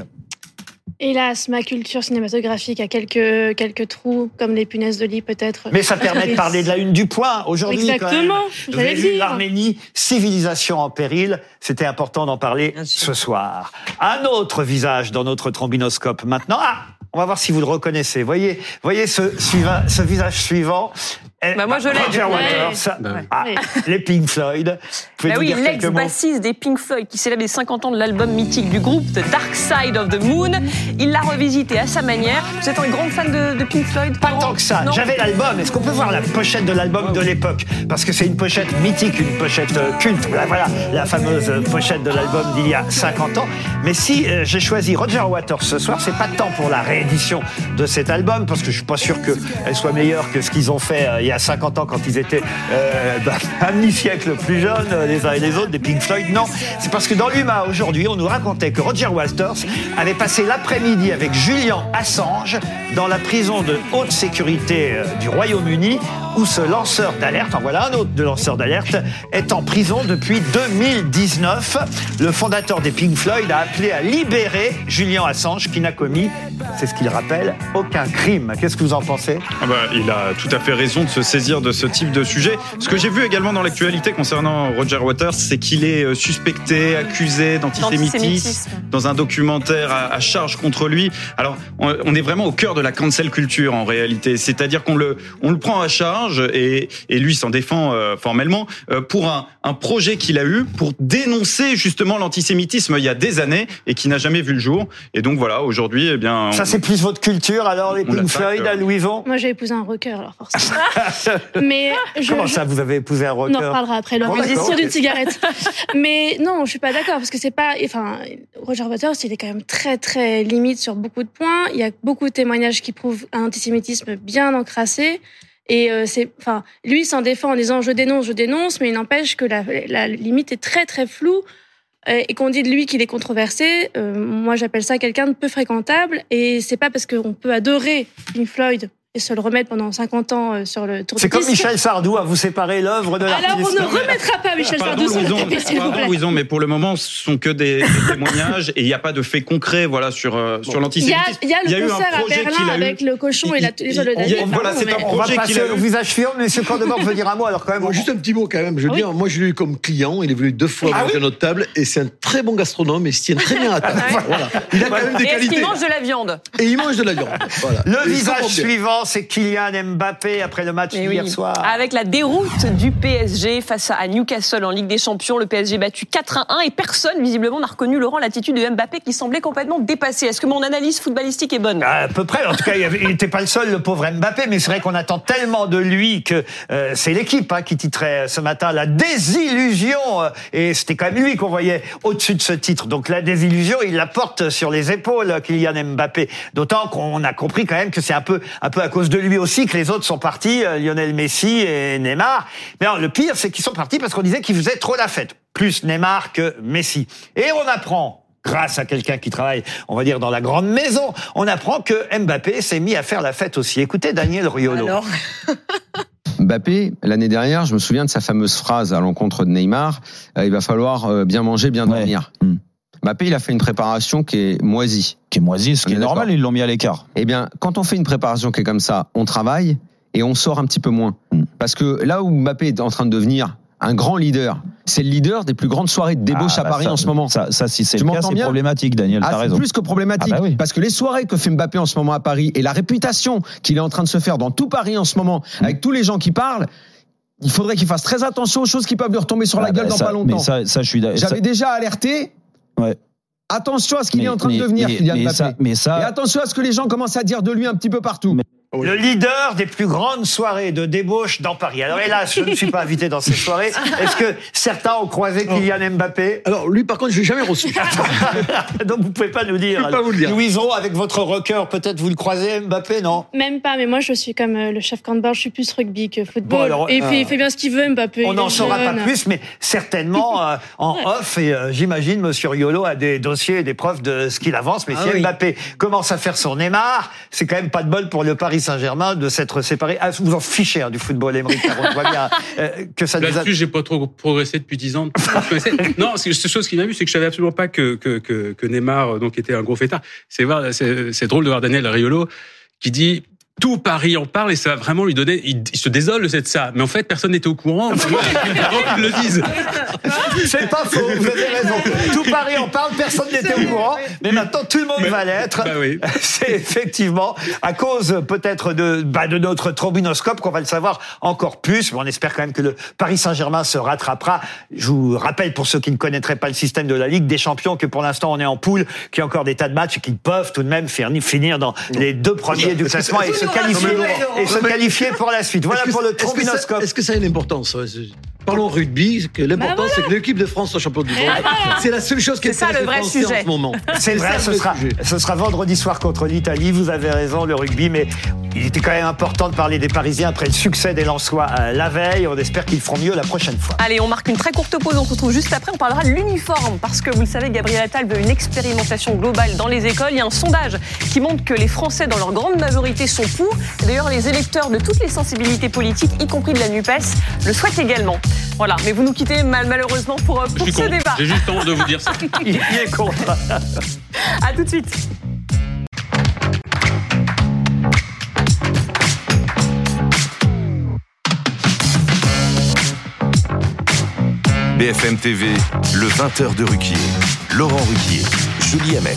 H: Hélas, ma culture cinématographique a quelques trous, comme les punaises de lit peut-être.
B: Mais ça permet de parler de la une du Point aujourd'hui.
H: Exactement,
B: vous avez vu l'Arménie, civilisation en péril. C'était important d'en parler ce soir. Un autre visage dans notre trombinoscope maintenant. On va voir si vous le reconnaissez. Voyez ce visage suivant.
C: Moi je l'ai.
B: Roger Waters, les Pink Floyd.
C: L'ex-bassiste des Pink Floyd qui célèbre les 50 ans de l'album mythique du groupe, The Dark Side of the Moon. Il l'a revisité à sa manière. Vous êtes un grand fan de Pink Floyd?
B: Pas tant que ça. J'avais l'album. Est-ce qu'on peut voir la pochette de l'album de l'époque? Parce que c'est une pochette mythique, une pochette culte. Voilà, la fameuse pochette de l'album d'il y a 50 ans. Mais si j'ai choisi Roger Waters ce soir, c'est pas tant pour la réédition de cet album, parce que je suis pas sûr qu'elle soit meilleure que ce qu'ils ont fait il y y a 50 ans quand ils étaient un demi-siècle plus jeunes, les uns et les autres, des Pink Floyd. Non, c'est parce que dans l'UMA, aujourd'hui, on nous racontait que Roger Waters avait passé l'après-midi avec Julian Assange dans la prison de haute sécurité du Royaume-Uni, où ce lanceur d'alerte, en voilà un autre de lanceur d'alerte, est en prison depuis 2019. Le fondateur des Pink Floyd a appelé à libérer Julian Assange, qui n'a commis, c'est ce qu'il rappelle, aucun crime. Qu'est-ce que vous en pensez ?
G: Il a tout à fait raison de se saisir de ce type de sujet. Ce que j'ai vu également dans l'actualité concernant Roger Waters, c'est qu'il est suspecté, accusé d'antisémitisme dans un documentaire à charge contre lui. Alors, on est vraiment au cœur de la cancel culture en réalité. C'est-à-dire qu'on le prend à charge et lui s'en défend formellement pour un projet qu'il a eu pour dénoncer justement l'antisémitisme il y a des années et qui n'a jamais vu le jour. Et donc voilà, aujourd'hui, eh bien...
B: Ça, c'est plus votre culture, alors, les Pink Floyd, à Louison ?
H: Moi, j'ai épousé un rocker, alors forcément. Mais
B: comment ça, vous avez épousé un rocker ?
H: On en reparlera après, le musicien d'une cigarette. Mais non, je suis pas d'accord, parce que c'est pas... Enfin, Roger Waters, il est quand même très, très limite sur beaucoup de points. Il y a beaucoup de témoignages qui prouvent un antisémitisme bien encrassé. Et lui s'en défend en disant je dénonce, mais il n'empêche que la limite est très très floue et qu'on dit de lui qu'il est controversé. Moi, j'appelle ça quelqu'un de peu fréquentable, et c'est pas parce qu'on peut adorer Pink Floyd et se le remettre pendant 50 ans sur le tour de
B: C'est comme Michel Sardou, à vous séparer l'œuvre de l'artiste.
H: Alors, on ne remettra pas Michel Sardou sur le tapis, s'il vous plaît.
G: Louison, mais pour le moment, ce sont que des témoignages et il n'y a pas de faits concrets, voilà, sur l'antisémitisme.
H: Il y a le concert à Berlin avec le cochon et les soldats.
G: Voilà, c'est un projet qu'il a eu.
B: Au visage ferme, mais M. Cordemort veut dire un mot, alors quand même.
F: Juste un petit mot quand même. Je veux dire, moi, je l'ai eu comme client. Il est venu 2 fois manger à notre table et c'est un très bon gastronome et il se tient très bien à table. Voilà. Il a quand même des qualités.
C: Et il mange de la viande.
F: Et il mange de la viande. Voilà.
B: Le visage suivant, c'est Kylian Mbappé après le match hier soir.
C: Avec la déroute du PSG face à Newcastle en Ligue des Champions, le PSG battu 4-1 et personne visiblement n'a reconnu, Laurent, l'attitude de Mbappé qui semblait complètement dépassée. Est-ce que mon analyse footballistique est bonne ?
B: À peu près. En tout cas, il n'était pas le seul, le pauvre Mbappé, mais c'est vrai qu'on attend tellement de lui que c'est l'équipe qui titrait ce matin la désillusion, et c'était quand même lui qu'on voyait au-dessus de ce titre. Donc la désillusion, il la porte sur les épaules, Kylian Mbappé. D'autant qu'on a compris quand même que c'est un peu à cause de lui aussi que les autres sont partis, Lionel Messi et Neymar. Mais alors, le pire, c'est qu'ils sont partis parce qu'on disait qu'ils faisaient trop la fête. Plus Neymar que Messi. Et on apprend, grâce à quelqu'un qui travaille, on va dire, dans la grande maison, on apprend que Mbappé s'est mis à faire la fête aussi. Écoutez Daniel Riolo.
J: Alors Mbappé, l'année dernière, je me souviens de sa fameuse phrase à l'encontre de Neymar, il va falloir bien manger, bien dormir. Ouais. Mbappé, il a fait une préparation qui est moisie.
K: Ce qui est normal, ils l'ont mis à l'écart.
J: Eh bien, quand on fait une préparation qui est comme ça, on travaille et on sort un petit peu moins. Parce que là où Mbappé est en train de devenir un grand leader, c'est le leader des plus grandes soirées de débauche à Paris en ce moment.
K: Ça si c'est le cas, c'est problématique, Daniel, t'as raison.
J: C'est plus que problématique, oui. Parce que les soirées que fait Mbappé en ce moment à Paris et la réputation qu'il est en train de se faire dans tout Paris en ce moment, avec tous les gens qui parlent, il faudrait qu'il fasse très attention aux choses qui peuvent lui retomber sur la gueule dans pas longtemps.
K: Mais ça, je suis d'accord.
J: J'avais déjà alerté. Ouais. Attention à ce qu'il est en train de devenir, Kylian Mbappé. Et attention à ce que les gens commencent à dire de lui un petit peu partout.
B: Le leader des plus grandes soirées de débauche dans Paris. Alors hélas, je ne suis pas invité dans ces soirées. Est-ce que certains ont croisé Kylian Mbappé ?
F: Alors lui, par contre, je l'ai jamais reçu.
B: Donc vous pouvez pas nous dire.
F: Je peux pas vous le dire.
B: Louison, avec votre rocker, peut-être vous le croisez, Mbappé, non ?
H: Même pas, mais moi je suis comme le chef Campbell, je suis plus rugby que football. Bon, alors, et puis il fait bien ce qu'il veut, Mbappé.
B: On n'en saura pas plus, mais certainement en off, et j'imagine Monsieur Riolo a des dossiers et des preuves de ce qu'il avance. Mais si Mbappé commence à faire son Neymar, c'est quand même pas de bol pour le Paris Saint-Germain de s'être séparé. Ah, vous en fichez du football, Aymeric Caron. On voit bien que ça nous a...
D: Là-dessus, j'ai pas trop progressé depuis 10 ans. Non, cette chose qui m'a vu, c'est que je savais absolument pas que Neymar donc était un gros fêtard. C'est drôle de voir Daniel Riolo qui dit tout Paris en parle et ça va vraiment lui donner. Il se désole de ça, mais en fait personne n'était au courant avant qu'ils le disent.
B: C'est pas faux, vous avez raison. Tout Paris en parle, personne n'était au courant, mais maintenant tout le monde va l'être.
D: Bah oui.
B: C'est effectivement à cause peut-être de notre trombinoscope qu'on va le savoir encore plus. Mais on espère quand même que le Paris Saint-Germain se rattrapera. Je vous rappelle, pour ceux qui ne connaîtraient pas le système de la Ligue des Champions, que pour l'instant on est en poule, qu'il y a encore des tas de matchs et qu'ils peuvent tout de même finir dans les 2 premiers du classement et se qualifier pour la suite. Voilà pour le trombinoscope.
F: Est-ce que ça a une importance ? Parlons rugby, que l'important c'est que l'équipe de France soit championne du monde. C'est la seule chose qui est
C: ça le vrai sujet
F: en ce moment.
B: C'est vrai, ce sera vendredi soir contre l'Italie. Vous avez raison, le rugby, mais il était quand même important de parler des Parisiens après le succès des Lensois la veille. On espère qu'ils feront mieux la prochaine fois.
C: Allez, on marque une très courte pause. On se retrouve juste après. On parlera de l'uniforme parce que vous le savez, Gabriel Attal veut une expérimentation globale dans les écoles. Il y a un sondage qui montre que les Français, dans leur grande majorité, sont pour. D'ailleurs, les électeurs de toutes les sensibilités politiques, y compris de la NUPES, le souhaitent également. Voilà, mais vous nous quittez malheureusement pour ce débat.
D: J'ai juste honte de vous dire ça.
B: Il est con.
C: À tout de suite.
A: BFM TV, le 20h de Ruquier. Laurent Ruquier, Julie Hamet.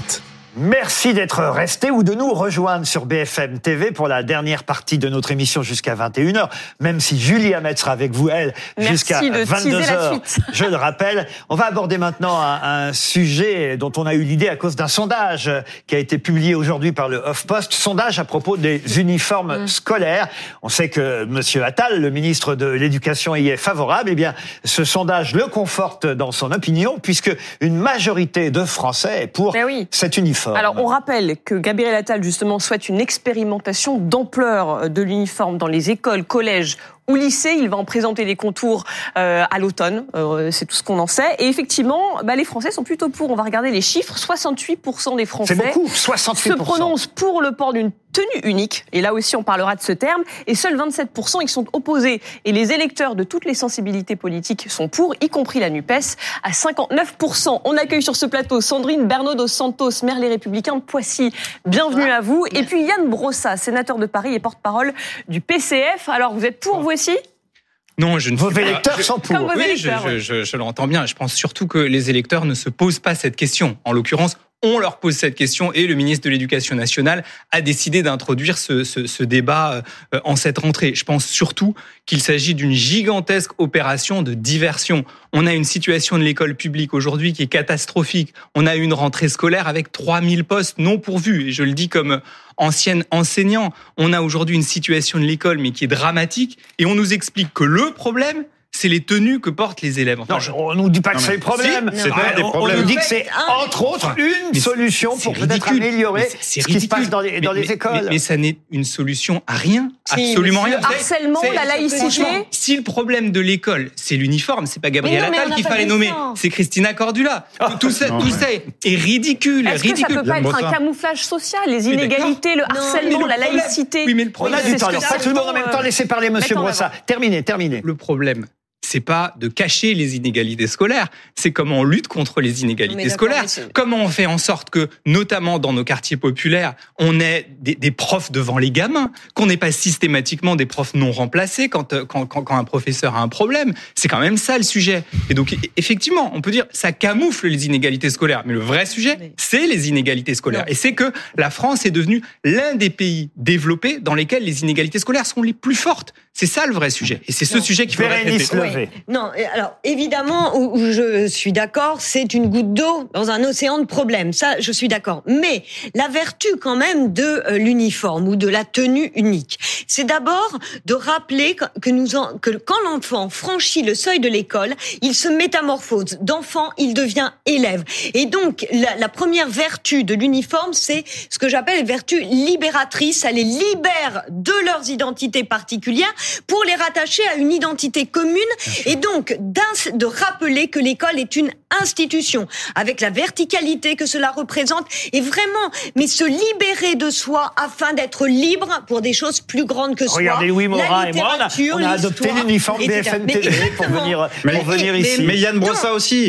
B: Merci d'être resté ou de nous rejoindre sur BFM TV pour la dernière partie de notre émission jusqu'à 21h, même si Julie Hamet sera avec vous, elle, jusqu'à 22h. Je le rappelle. On va aborder maintenant un sujet dont on a eu l'idée à cause d'un sondage qui a été publié aujourd'hui par le HuffPost, sondage à propos des uniformes scolaires. On sait que Monsieur Attal, le ministre de l'Éducation, y est favorable. Eh bien, ce sondage le conforte dans son opinion puisque une majorité de Français est pour cet uniforme.
C: Alors, on rappelle que Gabriel Attal, justement, souhaite une expérimentation d'ampleur de l'uniforme dans les écoles, collèges ou lycées. Il va en présenter les contours à l'automne. C'est tout ce qu'on en sait. Et effectivement, les Français sont plutôt pour. On va regarder les chiffres. 68% des Français se prononcent pour le port d'une tenue unique. Et là aussi, on parlera de ce terme. Et seuls 27% y sont opposés. Et les électeurs de toutes les sensibilités politiques sont pour, y compris la NUPES, à 59%. On accueille sur ce plateau Sandrine Bernot dos Santos, maire Les Républicains de Poissy. Bienvenue à vous. Et puis Yann Brossat, sénateur de Paris et porte-parole du PCF. Alors, vous êtes pour, vous aussi ?
L: Non, je ne
B: Vos électeurs sont pour.
L: Oui, je l'entends bien. Je pense surtout que les électeurs ne se posent pas cette question. En l'occurrence, on leur pose cette question et le ministre de l'Éducation nationale a décidé d'introduire ce débat en cette rentrée. Je pense surtout qu'il s'agit d'une gigantesque opération de diversion. On a une situation de l'école publique aujourd'hui qui est catastrophique. On a une rentrée scolaire avec 3000 postes non pourvus. Et je le dis comme ancien enseignant. On a aujourd'hui une situation de l'école mais qui est dramatique et on nous explique que le problème, c'est les tenues que portent les élèves.
B: Enfin, on nous dit pas que c'est le problème.
G: C'est pas des problèmes.
B: On nous dit que c'est, entre autres, une solution pour peut-être améliorer ce qui se passe dans les écoles.
L: Mais ça n'est une solution à rien. Absolument rien.
C: Le harcèlement, la laïcité.
L: Si le problème de l'école, c'est l'uniforme, c'est pas Gabriel Attal qu'il fallait nommer, c'est Christina Cordula. Tout ça est ridicule.
C: Est-ce que ça peut pas être un camouflage social, les inégalités, le harcèlement, la laïcité?
B: Oui, mais le problème, on a du temps. Pas tout le monde en même temps. Laissez parler Monsieur Brossat. Terminez.
L: Le problème, c'est pas de cacher les inégalités scolaires, c'est comment on lutte contre les inégalités scolaires, comment on fait en sorte que, notamment dans nos quartiers populaires, on ait des profs devant les gamins, qu'on n'ait pas systématiquement des profs non remplacés quand un professeur a un problème. C'est quand même ça le sujet. Et donc, effectivement, on peut dire ça camoufle les inégalités scolaires, mais le vrai sujet, c'est les inégalités scolaires. Et c'est que la France est devenue l'un des pays développés dans lesquels les inégalités scolaires sont les plus fortes. C'est ça le vrai sujet. Et c'est ce sujet qu'il faut traiter.
E: Non, alors évidemment, où je suis d'accord, c'est une goutte d'eau dans un océan de problèmes. Ça, je suis d'accord. Mais la vertu quand même de l'uniforme ou de la tenue unique, c'est d'abord de rappeler que quand l'enfant franchit le seuil de l'école, il se métamorphose. D'enfant, il devient élève. Et donc, la première vertu de l'uniforme, c'est ce que j'appelle vertu libératrice. Ça les libère de leurs identités particulières pour les rattacher à une identité commune. Et donc, de rappeler que l'école est une institution, avec la verticalité que cela représente, et vraiment, mais se libérer de soi afin d'être libre pour des choses plus grandes que soi.
B: Regardez Louis Morin et moi, on a adopté l'uniforme BFM TV pour venir ici.
G: Mais Yann Brossat aussi,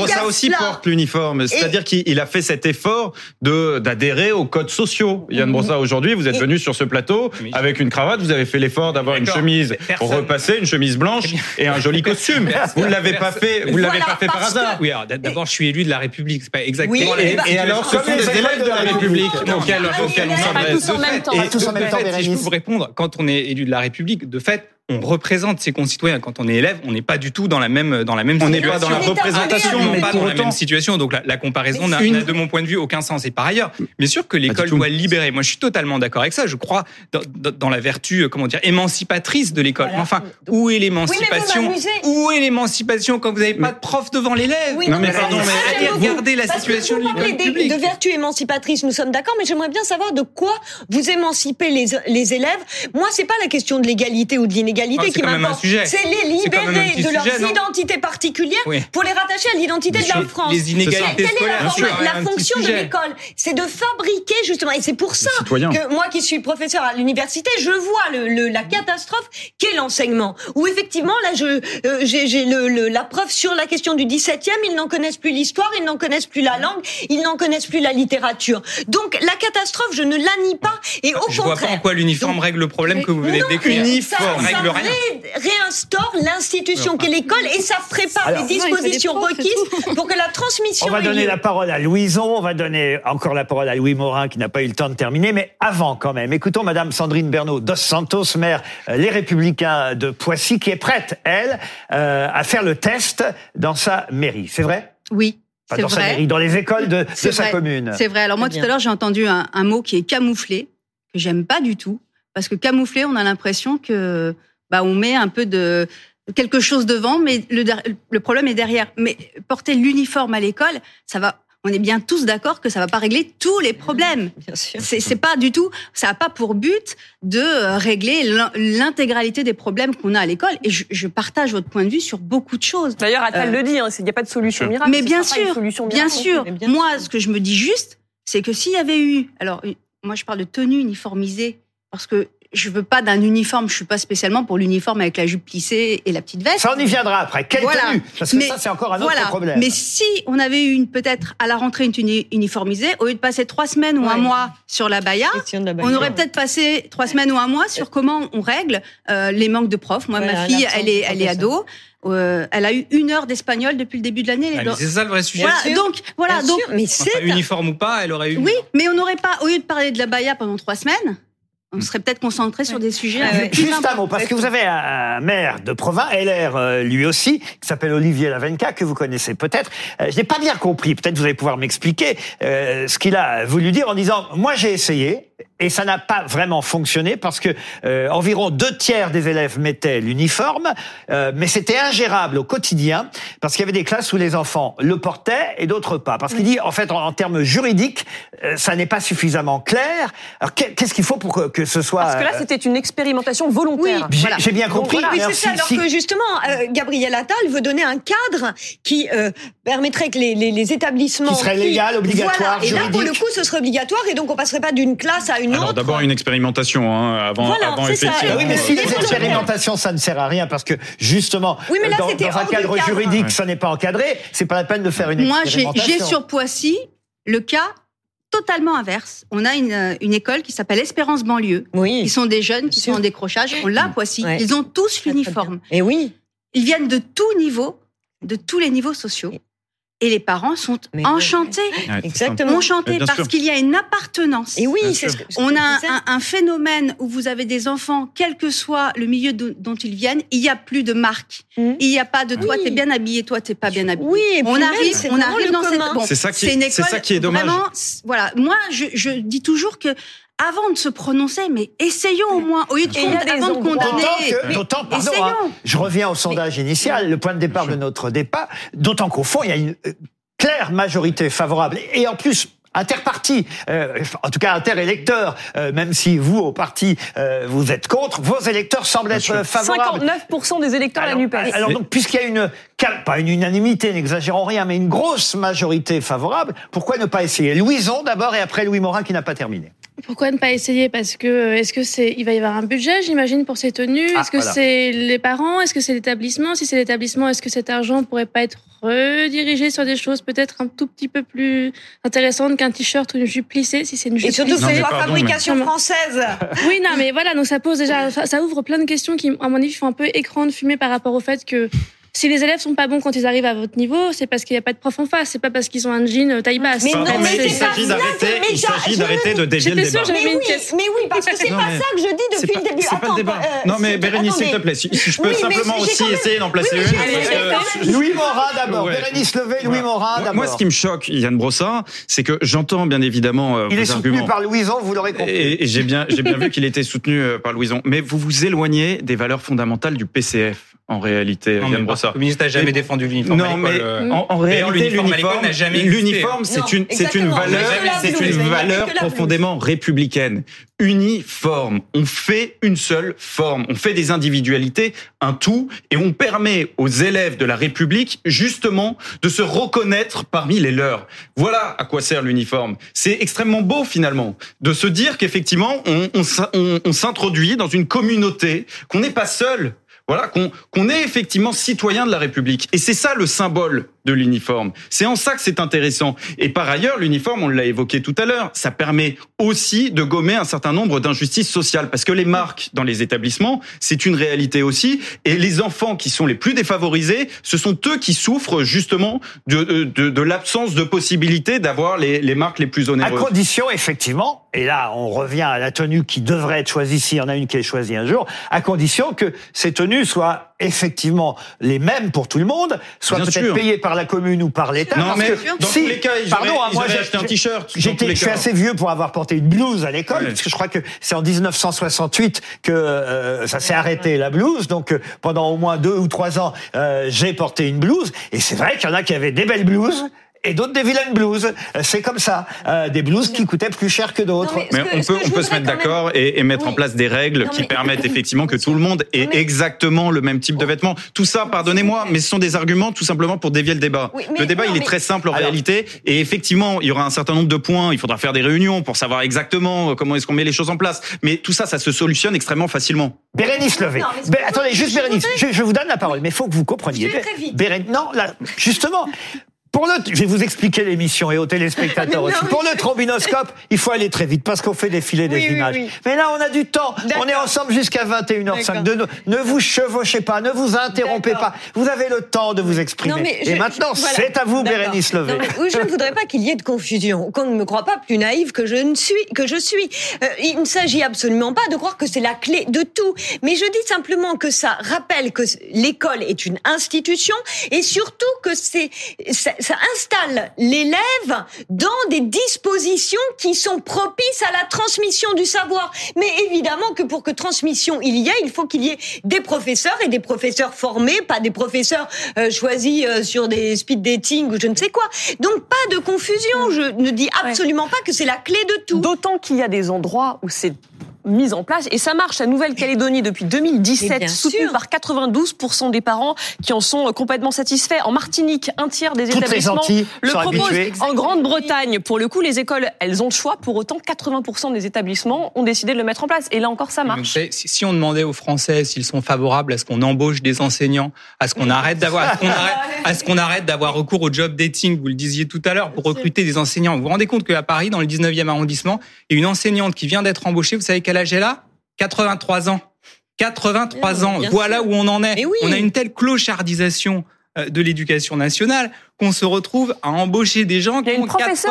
G: porte l'uniforme. C'est-à-dire qu'il a fait cet effort d'adhérer aux codes sociaux. Yann Brossat, aujourd'hui, vous êtes venu sur ce plateau avec une cravate, vous avez fait l'effort d'avoir une chemise repassée, une chemise blanche et un joli costume. Vous ne l'avez pas fait, par hasard.
L: Oui, alors d'abord, je suis élu de la République, c'est pas exactement.
G: Oui, et alors, ce sont des élèves de la République auxquels on s'adresse.
L: Tous en même temps, Bérénice. Je peux vous répondre, quand on est élu de la République, de fait, on représente ses concitoyens. Quand on est élève, on n'est pas du tout dans la même situation.
G: On n'est pas dans la représentation,
L: mais pas dans la même situation. Donc la comparaison n'a, de mon point de vue, aucun sens. Et par ailleurs, bien sûr que l'école doit libérer. Moi, je suis totalement d'accord avec ça. Je crois dans la vertu, émancipatrice de l'école.
E: Voilà.
L: Enfin, où est l'émancipation ? Où est l'émancipation quand vous n'avez pas de prof devant l'élève ?
E: Oui, non, mais
L: pardon, mais regardez la situation de l'école publique.
E: De vertu émancipatrice, nous sommes d'accord, mais j'aimerais bien savoir de quoi vous émancipez les élèves. Moi, c'est pas la question de l'égalité ou de l'inégalité qui m'importe. C'est les libérer de leurs identités particulières pour les rattacher à l'identité de la France.
L: Les inégalités scolaires.
E: La fonction de l'école, c'est de fabriquer justement, et c'est pour ça que moi qui suis professeur à l'université, je vois la catastrophe qu'est l'enseignement. Où effectivement, là, j'ai la preuve sur la question du 17e, ils n'en connaissent plus l'histoire, ils n'en connaissent plus la langue, ils n'en connaissent plus la littérature. Donc la catastrophe, je ne la nie pas, et au contraire.
L: Je vois pas en quoi l'uniforme règle le problème que vous venez de décrire.
E: Uniforme règle rien. Réinstaure l'institution qu'est l'école et ça prépare les dispositions requises pour que la transmission.
B: On va donner la parole à Louison, on va donner encore la parole à Louis Morin qui n'a pas eu le temps de terminer, mais avant quand même, écoutons Madame Sandrine Bernot dos Santos, maire Les Républicains de Poissy, qui est prête, elle, à faire le test dans sa mairie. C'est vrai ?
M: Oui.
B: Pas dans sa mairie, dans les écoles de sa commune.
M: C'est vrai. Alors moi, tout à l'heure, j'ai entendu un mot qui est camouflé, que j'aime pas du tout, parce que camouflé, on a l'impression que on met un peu de quelque chose devant, mais le problème est derrière. Mais porter l'uniforme à l'école, ça va. On est bien tous d'accord que ça va pas régler tous les problèmes.
E: Bien sûr.
M: C'est pas du tout, ça a pas pour but de régler l'intégralité des problèmes qu'on a à l'école. Et je partage votre point de vue sur beaucoup de choses.
C: D'ailleurs, Attal le dit, il n'y a pas de solution miracle.
M: Mais bien sûr. Moi, ce que je me dis juste, c'est que s'il y avait eu, alors, moi, je parle de tenue uniformisée, parce que je veux pas d'un uniforme, je suis pas spécialement pour l'uniforme avec la jupe plissée et la petite veste.
B: Ça, on y viendra après. Quelle tenue ? Parce que ça, c'est encore un autre problème.
M: Mais si on avait eu peut-être à la rentrée une tenue uniformisée, au lieu de passer 3 semaines ou un mois sur la baya, on aurait peut-être passé 3 semaines ou un mois sur comment on règle les manques de profs. Moi, ma fille, elle est ado. Elle a eu 1 heure d'espagnol depuis le début de l'année.
L: Mais c'est ça le vrai sujet.
M: Voilà, donc,
E: mais c'est
L: uniforme ou pas, elle aurait eu.
M: Oui, mais on n'aurait pas, au lieu de parler de la baya pendant 3 semaines, on serait peut-être concentré sur des sujets plus
B: Juste un mot, parce que vous avez un maire de province, LR lui aussi, qui s'appelle Olivier Lavenca, que vous connaissez peut-être. Je n'ai pas bien compris, peut-être vous allez pouvoir m'expliquer ce qu'il a voulu dire en disant « Moi j'ai essayé ». Et ça n'a pas vraiment fonctionné parce que environ 2/3 des élèves mettaient l'uniforme, mais c'était ingérable au quotidien parce qu'il y avait des classes où les enfants le portaient et d'autres pas. Parce qu'il dit, en fait, en termes juridiques, ça n'est pas suffisamment clair. Alors qu'est-ce qu'il faut pour que ce soit...
C: Parce que là, c'était une expérimentation volontaire.
B: Oui, j'ai bien compris.
E: Oui, c'est ça. Alors que justement, Gabriel Attal veut donner un cadre qui permettrait que les établissements...
B: Qui serait légal, obligatoire,
E: juridique.
B: Et
E: là, pour le coup, ce serait obligatoire et donc on passerait pas d'une classe à une autre.
G: Alors d'abord une expérimentation avant effectivement.
B: Oui, mais si les expérimentations ça ne sert à rien parce que justement dans un cadre juridique ça n'est pas encadré, c'est pas la peine de faire une expérimentation.
M: Moi j'ai sur Poissy le cas totalement inverse. On a une école qui s'appelle Espérance Banlieue.
E: Oui.
M: Qui sont des jeunes qui sont en décrochage. On l'a à Poissy. Ils ont tous l'uniforme.
E: Et oui.
M: Ils viennent de tous les niveaux sociaux. Et les parents sont enchantés.
E: Exactement.
M: Enchantés parce qu'il y a une appartenance.
E: Et oui,
M: on a un phénomène où vous avez des enfants, quel que soit le milieu dont ils viennent, il n'y a plus de marque. Il n'y a pas de toi, t'es bien habillé, toi, t'es pas bien habillé.
E: Oui, et
M: on arrive dans cette...
G: Bon, c'est ça qui est dommage.
M: Vraiment, voilà. Moi, je dis toujours que avant de se prononcer, mais essayons au moins, au lieu de avant de condamner.
B: D'autant, pardon, je reviens au sondage initial, le point de départ de notre débat, d'autant qu'au fond, il y a une claire majorité favorable. Et en plus, interparti, en tout cas interélecteur, même si vous, au parti, vous êtes contre, vos électeurs semblent être favorables.
C: 59% des électeurs à la NUPES.
B: Alors donc, puisqu'il y a pas une unanimité, n'exagérons rien, mais une grosse majorité favorable, pourquoi ne pas essayer Louison d'abord et après Louis Morin qui n'a pas terminé.
H: Pourquoi ne pas essayer ? Parce que il va y avoir un budget, j'imagine, pour ces tenues. Est-ce que c'est les parents ? Est-ce que c'est l'établissement ? Si c'est l'établissement, est-ce que cet argent pourrait pas être redirigé sur des choses peut-être un tout petit peu plus intéressantes qu'un t-shirt ou une jupe plissée, si c'est une jupe plissée.
E: Et surtout que ce soit fabrication française.
H: Oui, non, mais voilà, donc ça pose déjà, ça ouvre plein de questions qui, à mon avis, font un peu écran de fumée par rapport au fait que Si les élèves sont pas bons quand ils arrivent à votre niveau, c'est parce qu'il n'y a pas de prof en face, c'est pas parce qu'ils ont un jean taille basse.
G: Mais il s'agit d'arrêter de dévier le débat.
E: Mais oui, parce que c'est pas ça que je dis depuis le début.
G: C'est pas le débat. Non mais Bérénice, s'il te plaît, si je peux simplement aussi essayer d'en placer une.
B: Louis Morin d'abord, Bérénice Levé, Louis Morin d'abord.
G: Moi, ce qui me choque, Yann Brossard, c'est que j'entends bien évidemment
B: il est
G: vos
B: soutenu
G: arguments.
B: par Louison, vous l'aurez compris.
G: Et j'ai bien vu qu'il était soutenu par Louison. Mais vous vous éloignez des valeurs fondamentales du PCF. En réalité,
L: non,
G: Yann Brossard.
L: Le ministre n'a jamais défendu l'uniforme à l'école.
G: Non, mais en réalité, l'uniforme, c'est une valeur profondément républicaine. Uniforme. On fait une seule forme. On fait des individualités, un tout, et on permet aux élèves de la République, justement, de se reconnaître parmi les leurs. Voilà à quoi sert l'uniforme. C'est extrêmement beau, finalement, de se dire qu'effectivement, on s'introduit dans une communauté, qu'on n'est pas seul. Voilà, qu'on est effectivement citoyen de la République. Et c'est ça le symbole de l'uniforme. C'est en ça que c'est intéressant. Et par ailleurs, l'uniforme, on l'a évoqué tout à l'heure, ça permet aussi de gommer un certain nombre d'injustices sociales. Parce que les marques dans les établissements, c'est une réalité aussi. Et les enfants qui sont les plus défavorisés, ce sont eux qui souffrent justement de l'absence de possibilité d'avoir les marques les plus onéreuses.
B: À condition, effectivement, et là on revient à la tenue qui devrait être choisie, s'il y en a une qui est choisie un jour, à condition que ces tenues soient effectivement les mêmes pour tout le monde, soient peut-être payées par la commune ou par l'État.
G: Non, mais dans tous les cas, moi j'ai acheté un t-shirt.
B: Je suis assez vieux pour avoir porté une blouse à l'école, parce que je crois que c'est en 1968 que ça s'est arrêté la blouse. Donc pendant au moins 2 ou 3 ans, j'ai porté une blouse. Et c'est vrai qu'il y en a qui avaient des belles blouses. Et d'autres des vilaines blouses. C'est comme ça. Des blouses qui coûtaient plus cher que d'autres.
G: Mais on peut se mettre d'accord et mettre en place des règles qui permettent effectivement que tout le monde ait exactement le même type de vêtements. Tout ça, pardonnez-moi, mais ce sont des arguments tout simplement pour dévier le débat. Le débat, il est très simple en réalité. Et effectivement, il y aura un certain nombre de points. Il faudra faire des réunions pour savoir exactement comment est-ce qu'on met les choses en place. Mais tout ça, ça se solutionne extrêmement facilement.
B: Bérénice Levé. Attendez, juste Bérénice. Je vous donne la parole, mais il faut que vous compreniez. Non, là, justement. Je vais vous expliquer l'émission et aux téléspectateurs aussi. Pour le trombinoscope, il faut aller très vite parce qu'on fait défiler des images. Mais là, on a du temps. On est ensemble jusqu'à 21h05. Ne vous chevauchez pas, ne vous interrompez pas. Vous avez le temps de vous exprimer. Et maintenant, c'est à vous, Bérénice Levé.
E: Je ne voudrais pas qu'il y ait de confusion, qu'on ne me croit pas plus naïve que je suis. Il ne s'agit absolument pas de croire que c'est la clé de tout. Mais je dis simplement que ça rappelle que l'école est une institution et surtout que ça installe l'élève dans des dispositions qui sont propices à la transmission du savoir. Mais évidemment que pour que transmission il faut qu'il y ait des professeurs et des professeurs formés, pas des professeurs choisis sur des speed dating ou je ne sais quoi. Donc pas de confusion. Je ne dis absolument pas que c'est la clé de tout.
C: D'autant qu'il y a des endroits où c'est mise en place. Et ça marche. La Nouvelle-Calédonie, depuis 2017, soutenue par 92% des parents qui en sont complètement satisfaits. En Martinique, un tiers des établissements le proposent. En Grande-Bretagne, pour le coup, les écoles, elles ont le choix. Pour autant, 80% des établissements ont décidé de le mettre en place. Et là encore, ça marche.
L: Si on demandait aux Français s'ils sont favorables à ce qu'on embauche des enseignants, à ce qu'on arrête d'avoir recours au job dating, vous le disiez tout à l'heure, pour recruter des enseignants. Vous vous rendez compte qu'à Paris, dans le 19e arrondissement, il y a une enseignante qui vient d'être embauchée. Vous savez quel âge elle a ? 83 ans. 83 ans. Voilà où on en est. On a une telle clochardisation de l'éducation nationale qu'on se retrouve à embaucher des gens qui ont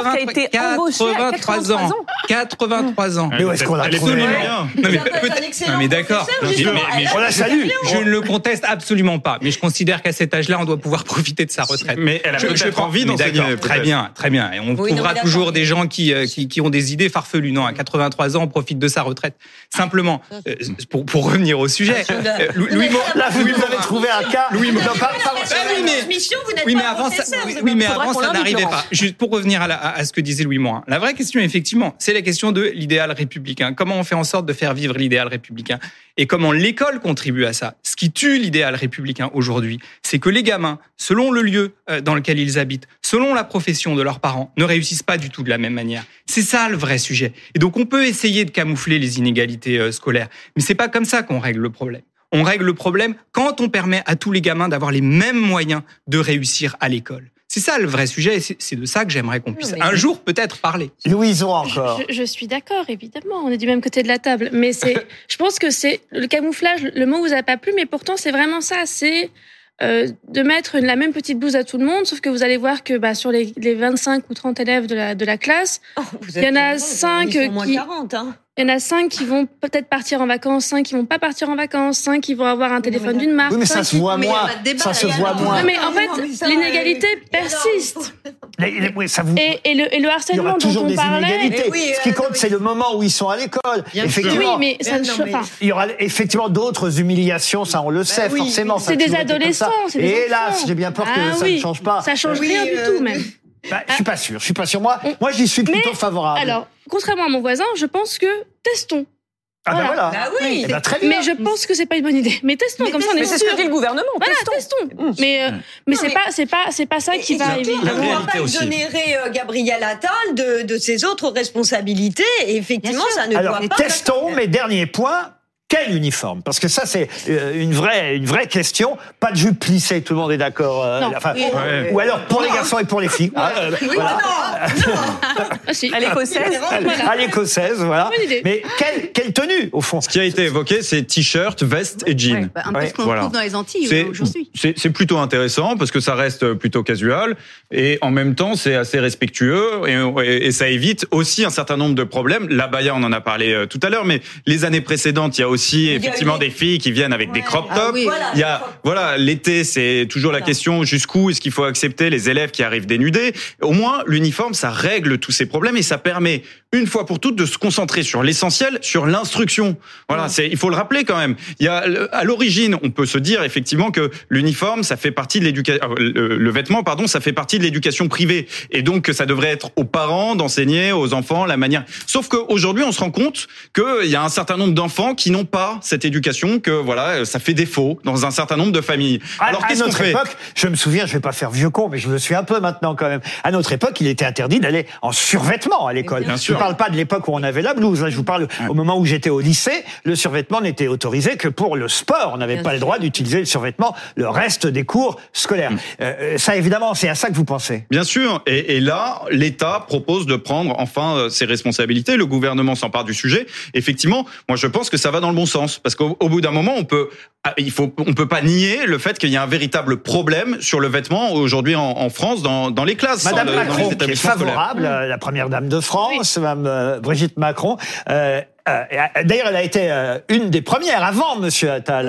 L: 83 ans. 83 ans.
B: Mais où est-ce qu'on l'a trouvé ?
L: Non mais d'accord.
B: On la salue.
L: Je ne le conteste absolument pas. Mais je considère qu'à cet âge-là, on doit pouvoir profiter de sa retraite.
G: Mais elle a peut-être envie d'enseigner.
L: Très bien. Et on trouvera toujours des gens qui ont des idées farfelues. Non, à 83 ans, on profite de sa retraite. Simplement, pour revenir au sujet,
B: Louis Morin. Là, vous avez trouvé un cas.
E: Louis Morin.
L: Oui, mais avant, ça n'arrivait pas. Juste pour revenir à ce que disait Louis Morin. La vraie question, effectivement, c'est la question de l'idéal républicain. Comment on fait en sorte de faire vivre l'idéal républicain ? Et comment l'école contribue à ça ? Ce qui tue l'idéal républicain aujourd'hui, c'est que les gamins, selon le lieu dans lequel ils habitent, selon la profession de leurs parents, ne réussissent pas du tout de la même manière. C'est ça le vrai sujet. Et donc, on peut essayer de camoufler les inégalités scolaires, mais c'est pas comme ça qu'on règle le problème. On règle le problème quand on permet à tous les gamins d'avoir les mêmes moyens de réussir à l'école. C'est ça le vrai sujet, et c'est de ça que j'aimerais qu'on puisse un jour peut-être parler.
B: Louison encore.
H: Je suis d'accord, évidemment, on est du même côté de la table, mais je pense que c'est le camouflage, le mot vous a pas plu, mais pourtant c'est vraiment ça, c'est de mettre la même petite blouse à tout le monde, sauf que vous allez voir que sur les 25 ou 30 élèves de la classe, il y en a 5 qui... Il y en a 5 qui vont peut-être partir en vacances, 5 qui vont pas partir en vacances, 5 qui vont avoir un téléphone d'une marque.
B: Oui, mais ça se voit moins. Ça se voit moins.
H: Non, mais en fait, l'inégalité persiste.
B: Oui, ça vous...
H: Et le harcèlement dont on parlait...
B: Ce qui compte, c'est le moment où ils sont à l'école.
H: Effectivement. Oui, mais ça ne chauffe pas.
B: Il y aura effectivement d'autres humiliations, ça on le sait, forcément.
H: C'est des adolescents, c'est des enfants.
B: Et hélas, j'ai bien peur que ça ne change pas.
H: Ça change rien du tout, même.
B: Je suis pas sûr. Moi, j'y suis plutôt favorable.
H: Alors, contrairement à mon voisin, je pense que testons.
B: Voilà.
E: Oui.
B: Très bien.
H: Mais je pense que c'est pas une bonne idée. Mais testons, comme ça on est sûr.
C: Mais c'est ce que dit le gouvernement.
H: Voilà, testons. Mais c'est pas ça qui va arriver.
E: On ne va pas exonérer Gabriel Attal de ses autres responsabilités. Et effectivement, ça ne doit pas.
B: Testons, mais dernier point. Quel uniforme? Parce que ça, c'est une vraie question. Pas de jupe plissée, tout le monde est d'accord. Ou alors pour les garçons et pour les filles.
C: À l'écossaise.
B: À l'écossaise, voilà. Mais quelle tenue, au fond?
G: Ce qui a été évoqué, c'est t-shirt, veste et jean.
M: Un peu ce qu'on trouve dans les Antilles aujourd'hui.
G: C'est plutôt intéressant parce que ça reste plutôt casual et en même temps, c'est assez respectueux et ça évite aussi un certain nombre de problèmes. L'abaya, on en a parlé tout à l'heure, mais les années précédentes, il y a aussi effectivement des filles qui viennent avec des crop tops. Il y a l'été, c'est toujours la question jusqu'où est-ce qu'il faut accepter les élèves qui arrivent dénudés. Au moins l'uniforme, ça règle tous ces problèmes et ça permet une fois pour toutes de se concentrer sur l'essentiel, sur l'instruction. Voilà, il faut le rappeler quand même. Il y a à l'origine, on peut se dire effectivement que l'uniforme, ça fait partie de l'éducation, le vêtement, pardon, ça fait partie de l'éducation privée et donc que ça devrait être aux parents d'enseigner aux enfants la manière. Sauf qu'aujourd'hui, on se rend compte qu'il y a un certain nombre d'enfants qui n'ont pas cette éducation, que voilà, ça fait défaut dans un certain nombre de familles.
B: Alors qu'est-ce qu'on fait ? Époque, je me souviens, je vais pas faire vieux con, mais je me suis un peu maintenant quand même. À notre époque, il était interdit d'aller en survêtement à l'école. Je ne parle pas de l'époque où on avait la blouse. Hein. Je vous parle au moment où j'étais au lycée, le survêtement n'était autorisé que pour le sport. On n'avait pas le droit d'utiliser le survêtement le reste des cours scolaires. Ça, évidemment, c'est à ça que vous pensez.
G: Bien sûr. Et là, l'État propose de prendre enfin ses responsabilités. Le gouvernement s'empare du sujet. Effectivement, moi, je pense que ça va dans le bon sens. Parce qu'au bout d'un moment, on peut pas nier le fait qu'il y a un véritable problème sur le vêtement aujourd'hui en France dans les classes.
B: Madame Macron, qui est favorable, la première dame de France, Madame Brigitte Macron. D'ailleurs, elle a été une des premières avant Monsieur Attal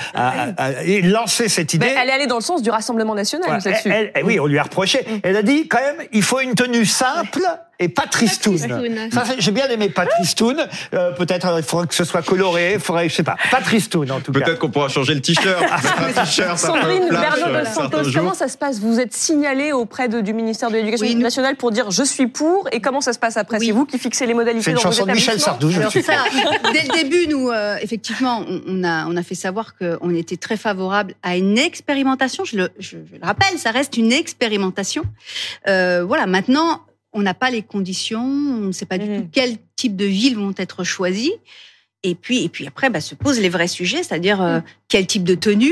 B: à lancer cette idée.
C: Mais elle est allée dans le sens du Rassemblement national là-dessus.
B: Oui, on lui a reproché. Elle a dit quand même, il faut une tenue simple et pas tristoune. Ça, j'ai bien aimé pas tristoune. Peut-être il faudrait que ce soit coloré. Je sais pas, pas tristoune en tout cas.
G: Peut-être qu'on pourra changer le t-shirt.
C: Sandrine Bernot de Santos, comment ça se passe? Vous êtes signalée auprès du ministère de l'Éducation nationale pour dire je suis pour, et comment ça se passe après? C'est vous qui fixez les modalités dans vos établissements? C'est une chanson de Michel Sardou.
M: C'est ça. Dès le début, nous, effectivement, on a fait savoir qu'on était très favorable à une expérimentation. Je le rappelle, ça reste une expérimentation. Voilà. Maintenant, on n'a pas les conditions. On ne sait pas du tout quel type de villes vont être choisies. Et puis après, se posent les vrais sujets, c'est-à-dire quel type de tenue.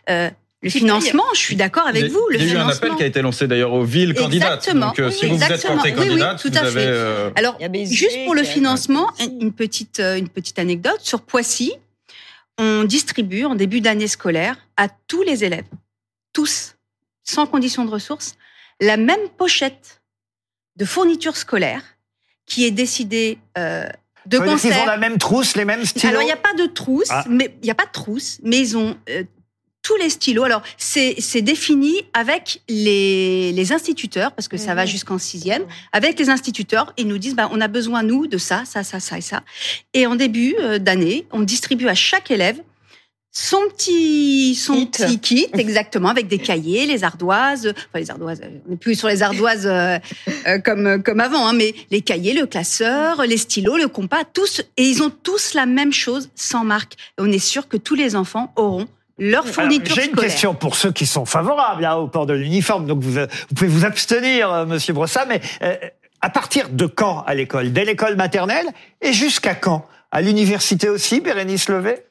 M: Le financement, je suis d'accord avec vous.
G: Il y a eu un appel qui a été lancé d'ailleurs aux villes candidates. Donc, si vous êtes portée candidate,
M: tout à fait. Alors, juste pour le financement, une petite anecdote. Sur Poissy, on distribue en début d'année scolaire à tous les élèves, tous, sans condition de ressources, la même pochette de fourniture scolaire qui est décidée de concert.
B: Ils ont la même trousse, les mêmes stylos.
M: Alors, il n'y a pas de trousse, mais ils ont tous les stylos. Alors, c'est défini avec les instituteurs, parce que ça va jusqu'en 6e. Avec les instituteurs, ils nous disent, on a besoin, nous, de ça et ça. Et en début d'année, on distribue à chaque élève son petit kit, exactement, avec des cahiers, les ardoises, on n'est plus sur les ardoises comme avant, hein, mais les cahiers, le classeur, les stylos, le compas, tous, et ils ont tous la même chose, sans marque. Et on est sûr que tous les enfants auront leur fourniture scolaire.
B: J'ai une question pour ceux qui sont favorables au port de l'uniforme, donc vous pouvez vous abstenir, Monsieur Brossat, mais à partir de quand à l'école? Dès l'école maternelle et jusqu'à quand? À l'université aussi, Bérénice Levet?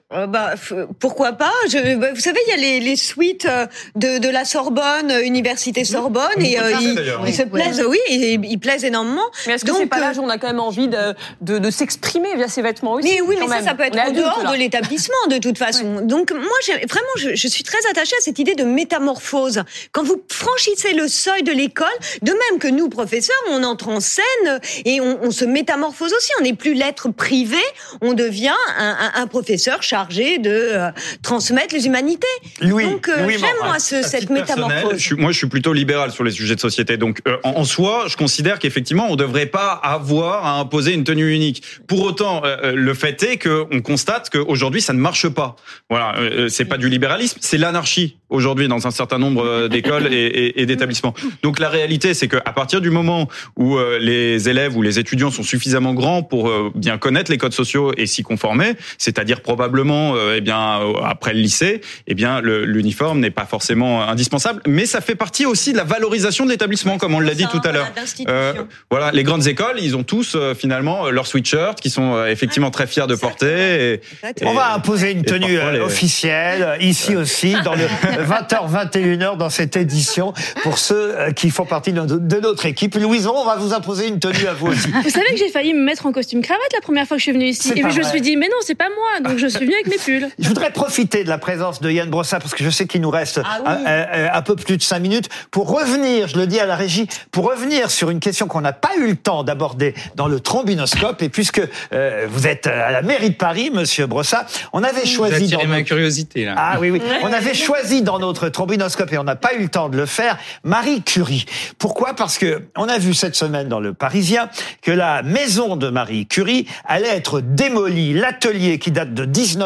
E: Pourquoi pas. Vous savez, il y a les suites de la Sorbonne, Université Sorbonne, et ils se plaisent, ils plaisent énormément.
C: Mais est-ce que c'est pas l'âge où on a quand même envie de s'exprimer via ses vêtements aussi?
E: Mais oui, mais ça peut être en dehors de l'établissement, de toute façon. Donc moi, je suis très attachée à cette idée de métamorphose. Quand vous franchissez le seuil de l'école, de même que nous, professeurs, on entre en scène et on se métamorphose aussi. On n'est plus l'être privé, on devient un professeur chargé de transmettre les humanités. Donc j'aime moi cette métamorphose.
G: Moi, je suis plutôt libéral sur les sujets de société. Donc en soi, je considère qu'effectivement, on ne devrait pas avoir à imposer une tenue unique. Pour autant, le fait est qu'on constate qu'aujourd'hui, ça ne marche pas. Voilà, c'est pas du libéralisme, c'est l'anarchie aujourd'hui dans un certain nombre d'écoles et d'établissements. Donc la réalité, c'est qu'à partir du moment où les élèves ou les étudiants sont suffisamment grands pour bien connaître les codes sociaux et s'y conformer, c'est-à-dire probablement après le lycée, l'uniforme n'est pas forcément indispensable, mais ça fait partie aussi de la valorisation de l'établissement, comme on l'a dit tout à l'heure. Voilà, les grandes écoles, ils ont tous finalement leurs sweatshirts qui sont effectivement très fiers de porter.
B: On va imposer une tenue officielle ici aussi dans le 20h 21h dans cette édition pour ceux qui font partie de notre équipe. Louison, on va vous imposer une tenue à vous aussi.
H: Vous savez que j'ai failli me mettre en costume cravate la première fois que je suis venue ici. Et puis je me suis dit, mais non, c'est pas moi. Donc je suis venue avec mes pulls.
B: Je voudrais profiter de la présence de Yann Brossat parce que je sais qu'il nous reste un peu plus de 5 minutes pour revenir, je le dis à la régie, pour revenir sur une question qu'on n'a pas eu le temps d'aborder dans le trombinoscope. Et puisque vous êtes à la mairie de Paris, monsieur Brossat, on avait choisi...
L: Vous attirez ma curiosité, là.
B: Ah oui. On avait choisi dans notre trombinoscope, et on n'a pas eu le temps de le faire, Marie Curie. Pourquoi ? Parce que on a vu cette semaine dans Le Parisien que la maison de Marie Curie allait être démolie. L'atelier qui date de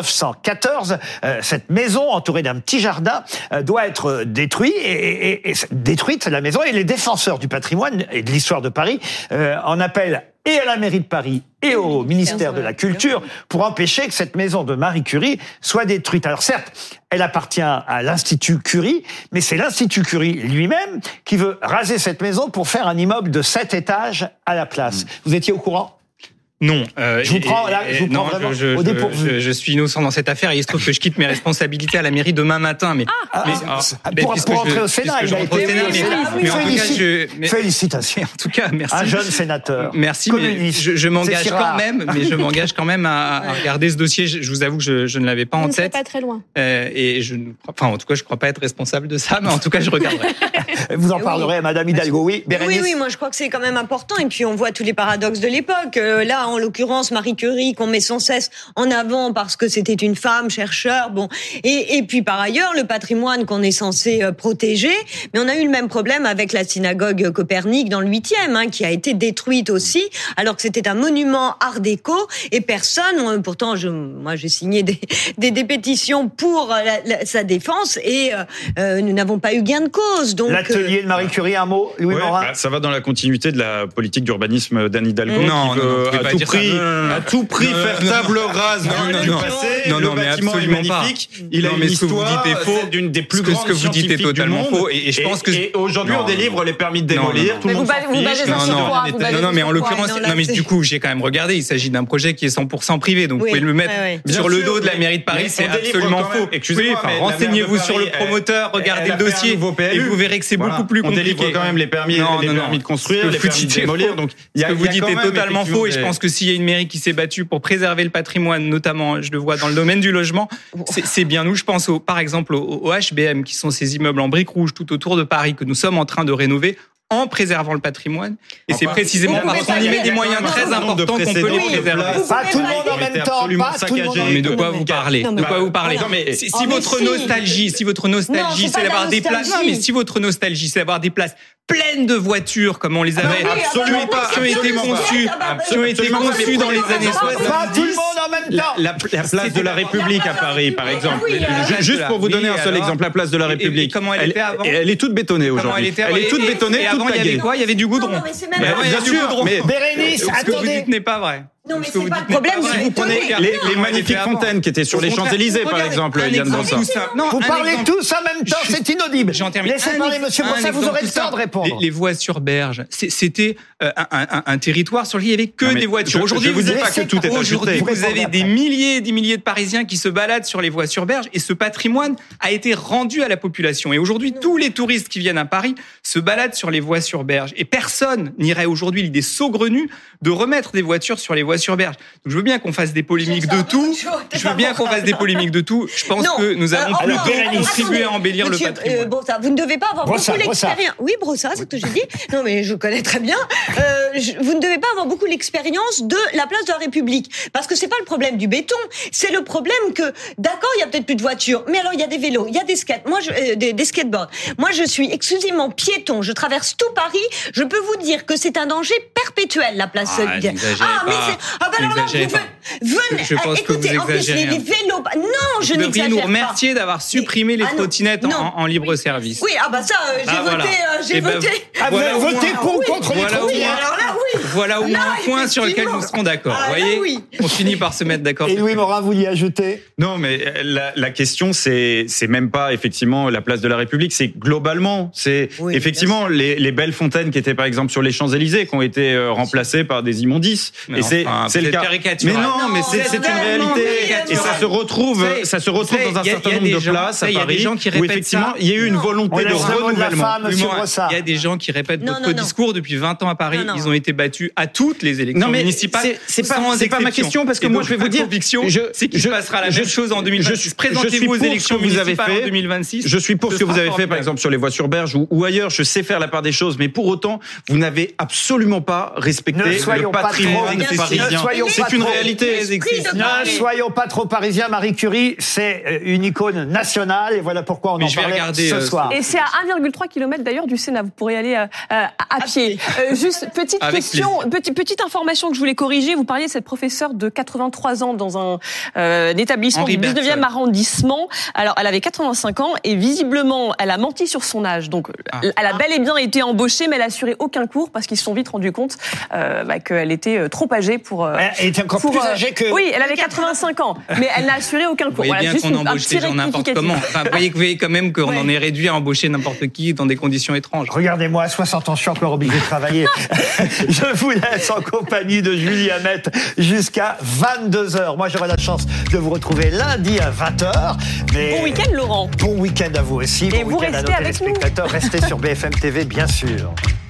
B: 1914, cette maison entourée d'un petit jardin, doit être détruite. Et détruite, la maison, et les défenseurs du patrimoine et de l'histoire de Paris en appellent et à la mairie de Paris et au ministère de la Culture pour empêcher que cette maison de Marie Curie soit détruite. Alors certes, elle appartient à l'Institut Curie, mais c'est l'Institut Curie lui-même qui veut raser cette maison pour faire un immeuble de 7 étages à la place. Vous étiez au courant ?
L: Non.
B: Je vous prends vraiment au dépourvu.
L: Je suis innocent dans cette affaire et il se trouve que je quitte mes responsabilités à la mairie demain matin.
B: Pour entrer au Sénat, il a été élu. Félicitations.
L: En tout cas, merci.
B: Un jeune sénateur.
L: Merci, mais je m'engage quand même. Mais je m'engage quand même à regarder ce dossier. Je vous avoue que je ne l'avais pas en tête.
H: Pas très loin.
L: Et en tout cas, je crois pas être responsable de ça, mais en tout cas, je regarderai.
B: Vous en parlerez à Madame Hidalgo, oui. Bérénice.
E: Oui, moi je crois que c'est quand même important. Et puis on voit tous les paradoxes de l'époque. Là, en l'occurrence, Marie Curie, qu'on met sans cesse en avant parce que c'était une femme chercheur. Bon, et puis par ailleurs, le patrimoine qu'on est censé protéger. Mais on a eu le même problème avec la synagogue Copernic dans le 8e, qui a été détruite aussi, alors que c'était un monument art déco. Et personne, pourtant, moi j'ai signé des pétitions pour sa défense et nous n'avons pas eu gain de cause. Donc
B: l'atelier de Marie Curie, un mot, Louis Morin.
G: Ça va dans la continuité de la politique d'urbanisme d'Anne Hidalgo qui veut à tout prix faire table rase du passé.
L: Le bâtiment est magnifique. Il a une histoire, c'est d'une des plus grandes scientifiques du monde.
G: Et je pense que aujourd'hui on délivre les permis de démolir. Tout le monde
L: Non, mais en l'occurrence, mais du coup, j'ai quand même regardé. Il s'agit d'un projet qui est 100% privé, donc vous pouvez le mettre sur le dos de la mairie de Paris. C'est absolument faux. Renseignez-vous sur le promoteur, regardez le dossier et vous verrez que c'est beaucoup plus compliqué.
G: On délivre quand même les permis de construire, les permis de démolir. Donc
L: ce que vous dites est totalement faux. Et je pense que s'il y a une mairie qui s'est battue pour préserver le patrimoine, notamment, je le vois dans le domaine du logement, c'est bien nous. Je pense par exemple au HBM, qui sont ces immeubles en briques rouges tout autour de Paris que nous sommes en train de rénover en préservant le patrimoine. Et c'est précisément parce qu'on y met des moyens très importants qu'on peut les préserver.
B: Pas tout le monde en même temps. Pas tout le monde.
L: Mais de quoi vous parlez ? De quoi vous parlez ? Si votre nostalgie, c'est d'avoir des places. Non, mais si votre nostalgie, c'est d'avoir des places pleines de voitures, comme on les avait, qui ont été conçues dans les années 60.
B: Pas tout le monde en même temps.
G: La place de la République à Paris, par exemple. Juste pour vous donner un seul exemple, la place de la République.
L: Comment elle était avant ?
G: Elle est toute bétonnée aujourd'hui. Elle est toute bétonnée, toute
L: il y avait quoi ? Il y avait du goudron.
B: Bien sûr, mais Bérénice,
L: attendez. Ce que vous dites n'est pas vrai.
E: Non, mais c'est pas le problème.
G: Si vous prenez les magnifiques fontaines qui étaient sur les Champs-Élysées, par exemple, Yann Brossard.
B: Vous parlez tous en même temps, c'est inaudible. Laissez parler Monsieur Brossard, vous aurez le temps de répondre.
L: Les voies sur berge, c'était un territoire sur lequel il n'y avait que des voitures.
G: Aujourd'hui, je vous dis pas que tout est ajusté.
L: Vous avez des milliers et des milliers de Parisiens qui se baladent sur les voies sur berge et ce patrimoine a été rendu à la population. Et aujourd'hui, tous les touristes qui viennent à Paris se baladent sur les voies sur berge. Et personne n'irait aujourd'hui l'idée saugrenue de remettre des voitures sur les voies sur berge. Donc, je veux bien qu'on fasse des polémiques de tout. Je veux bien qu'on fasse des polémiques de tout. Je pense que nous avons plutôt contribué à embellir le patrimoine.
E: Brossard, vous ne devez pas avoir beaucoup l'expérience. Oui, Brossard, c'est ce que j'ai dit. Non, mais je connais très bien. Vous ne devez pas avoir beaucoup l'expérience de la place de la République. Parce que c'est pas le problème du béton. C'est le problème que, d'accord, il y a peut-être plus de voitures. Mais alors, il y a des vélos, il y a des skates. Moi, des skateboards. Moi, je suis exclusivement piéton. Je traverse tout Paris. Je peux vous dire que c'est un danger perpétuel, la place.
L: Mais c'est, alors là,
E: venez. Écoutez, en plus, les vélos. Non, je n'exagère pas. Vous devriez
L: nous remercier d'avoir supprimé les trottinettes en libre service.
E: Oui, ça, j'ai voté.
B: Vous avez voté pour ou contre les trottinettes?
E: Alors là, oui.
L: Voilà au moins un point sur lequel nous serons d'accord. Vous voyez, on finit par se mettre d'accord.
B: Et Louis Morin, vous y ajoutez?
G: Non, mais la question, c'est même pas effectivement la place de la République, c'est globalement, c'est effectivement les belles fontaines qui étaient par exemple sur les Champs-Élysées, qui ont été remplacées par des immondices. Et c'est le cas. Mais non, mais c'est une réalité. Et ça se retrouve dans un certain nombre de places à Paris où effectivement il y a eu une volonté de renouvellement.
L: Il y a des gens qui répètent votre discours depuis 20 ans à Paris. Ils ont été battus à toutes les élections municipales.
G: C'est pas ma question, parce que moi je vais vous dire,
L: c'est qu'il se passera la même chose en 2026. Présentez-vous aux élections municipales en 2026.
G: Je suis pour ce que vous avez fait, par exemple sur les voies sur berge ou ailleurs. Je sais faire la part des choses, mais pour autant, vous n'avez absolument pas respecté le patrimoine parisien. C'est une réalité.
B: Ne soyons pas trop parisiens. Marie Curie, c'est une icône nationale, et voilà pourquoi on en parlait ce soir.
C: Et c'est à 1,3 km d'ailleurs du Sénat. Vous pourrez aller à pied. Juste petite question, petite information que je voulais corriger. Vous parliez de cette professeure de 83 ans dans un établissement du 19e arrondissement. Alors, elle avait 85 ans et visiblement, elle a menti sur son âge. Donc, elle a bel et bien été embauchée, mais elle a assuré aucun cours parce qu'ils se sont vite rendus compte qu'elle était trop âgée pour.
B: Elle était encore plus âgée que.
C: Oui, elle avait 85 ans, mais elle n'a assuré aucun cours.
L: Vous voyez bien qu'on embauche les gens n'importe comment. Enfin, vous voyez quand même qu'on en est réduit à embaucher n'importe qui dans des conditions étranges.
B: Regardez-moi, à 60 ans, je suis encore obligé de travailler. Je vous laisse en compagnie de Julie Hamet jusqu'à 22h. Moi, j'aurai la chance de vous retrouver lundi à 20h. Mais
C: bon week-end, Laurent.
B: Bon week-end à vous aussi.
C: Et
B: bon
C: vous
B: week-end
C: restez
B: à nos
C: avec
B: téléspectateurs. Restez sur BFM TV, bien sûr.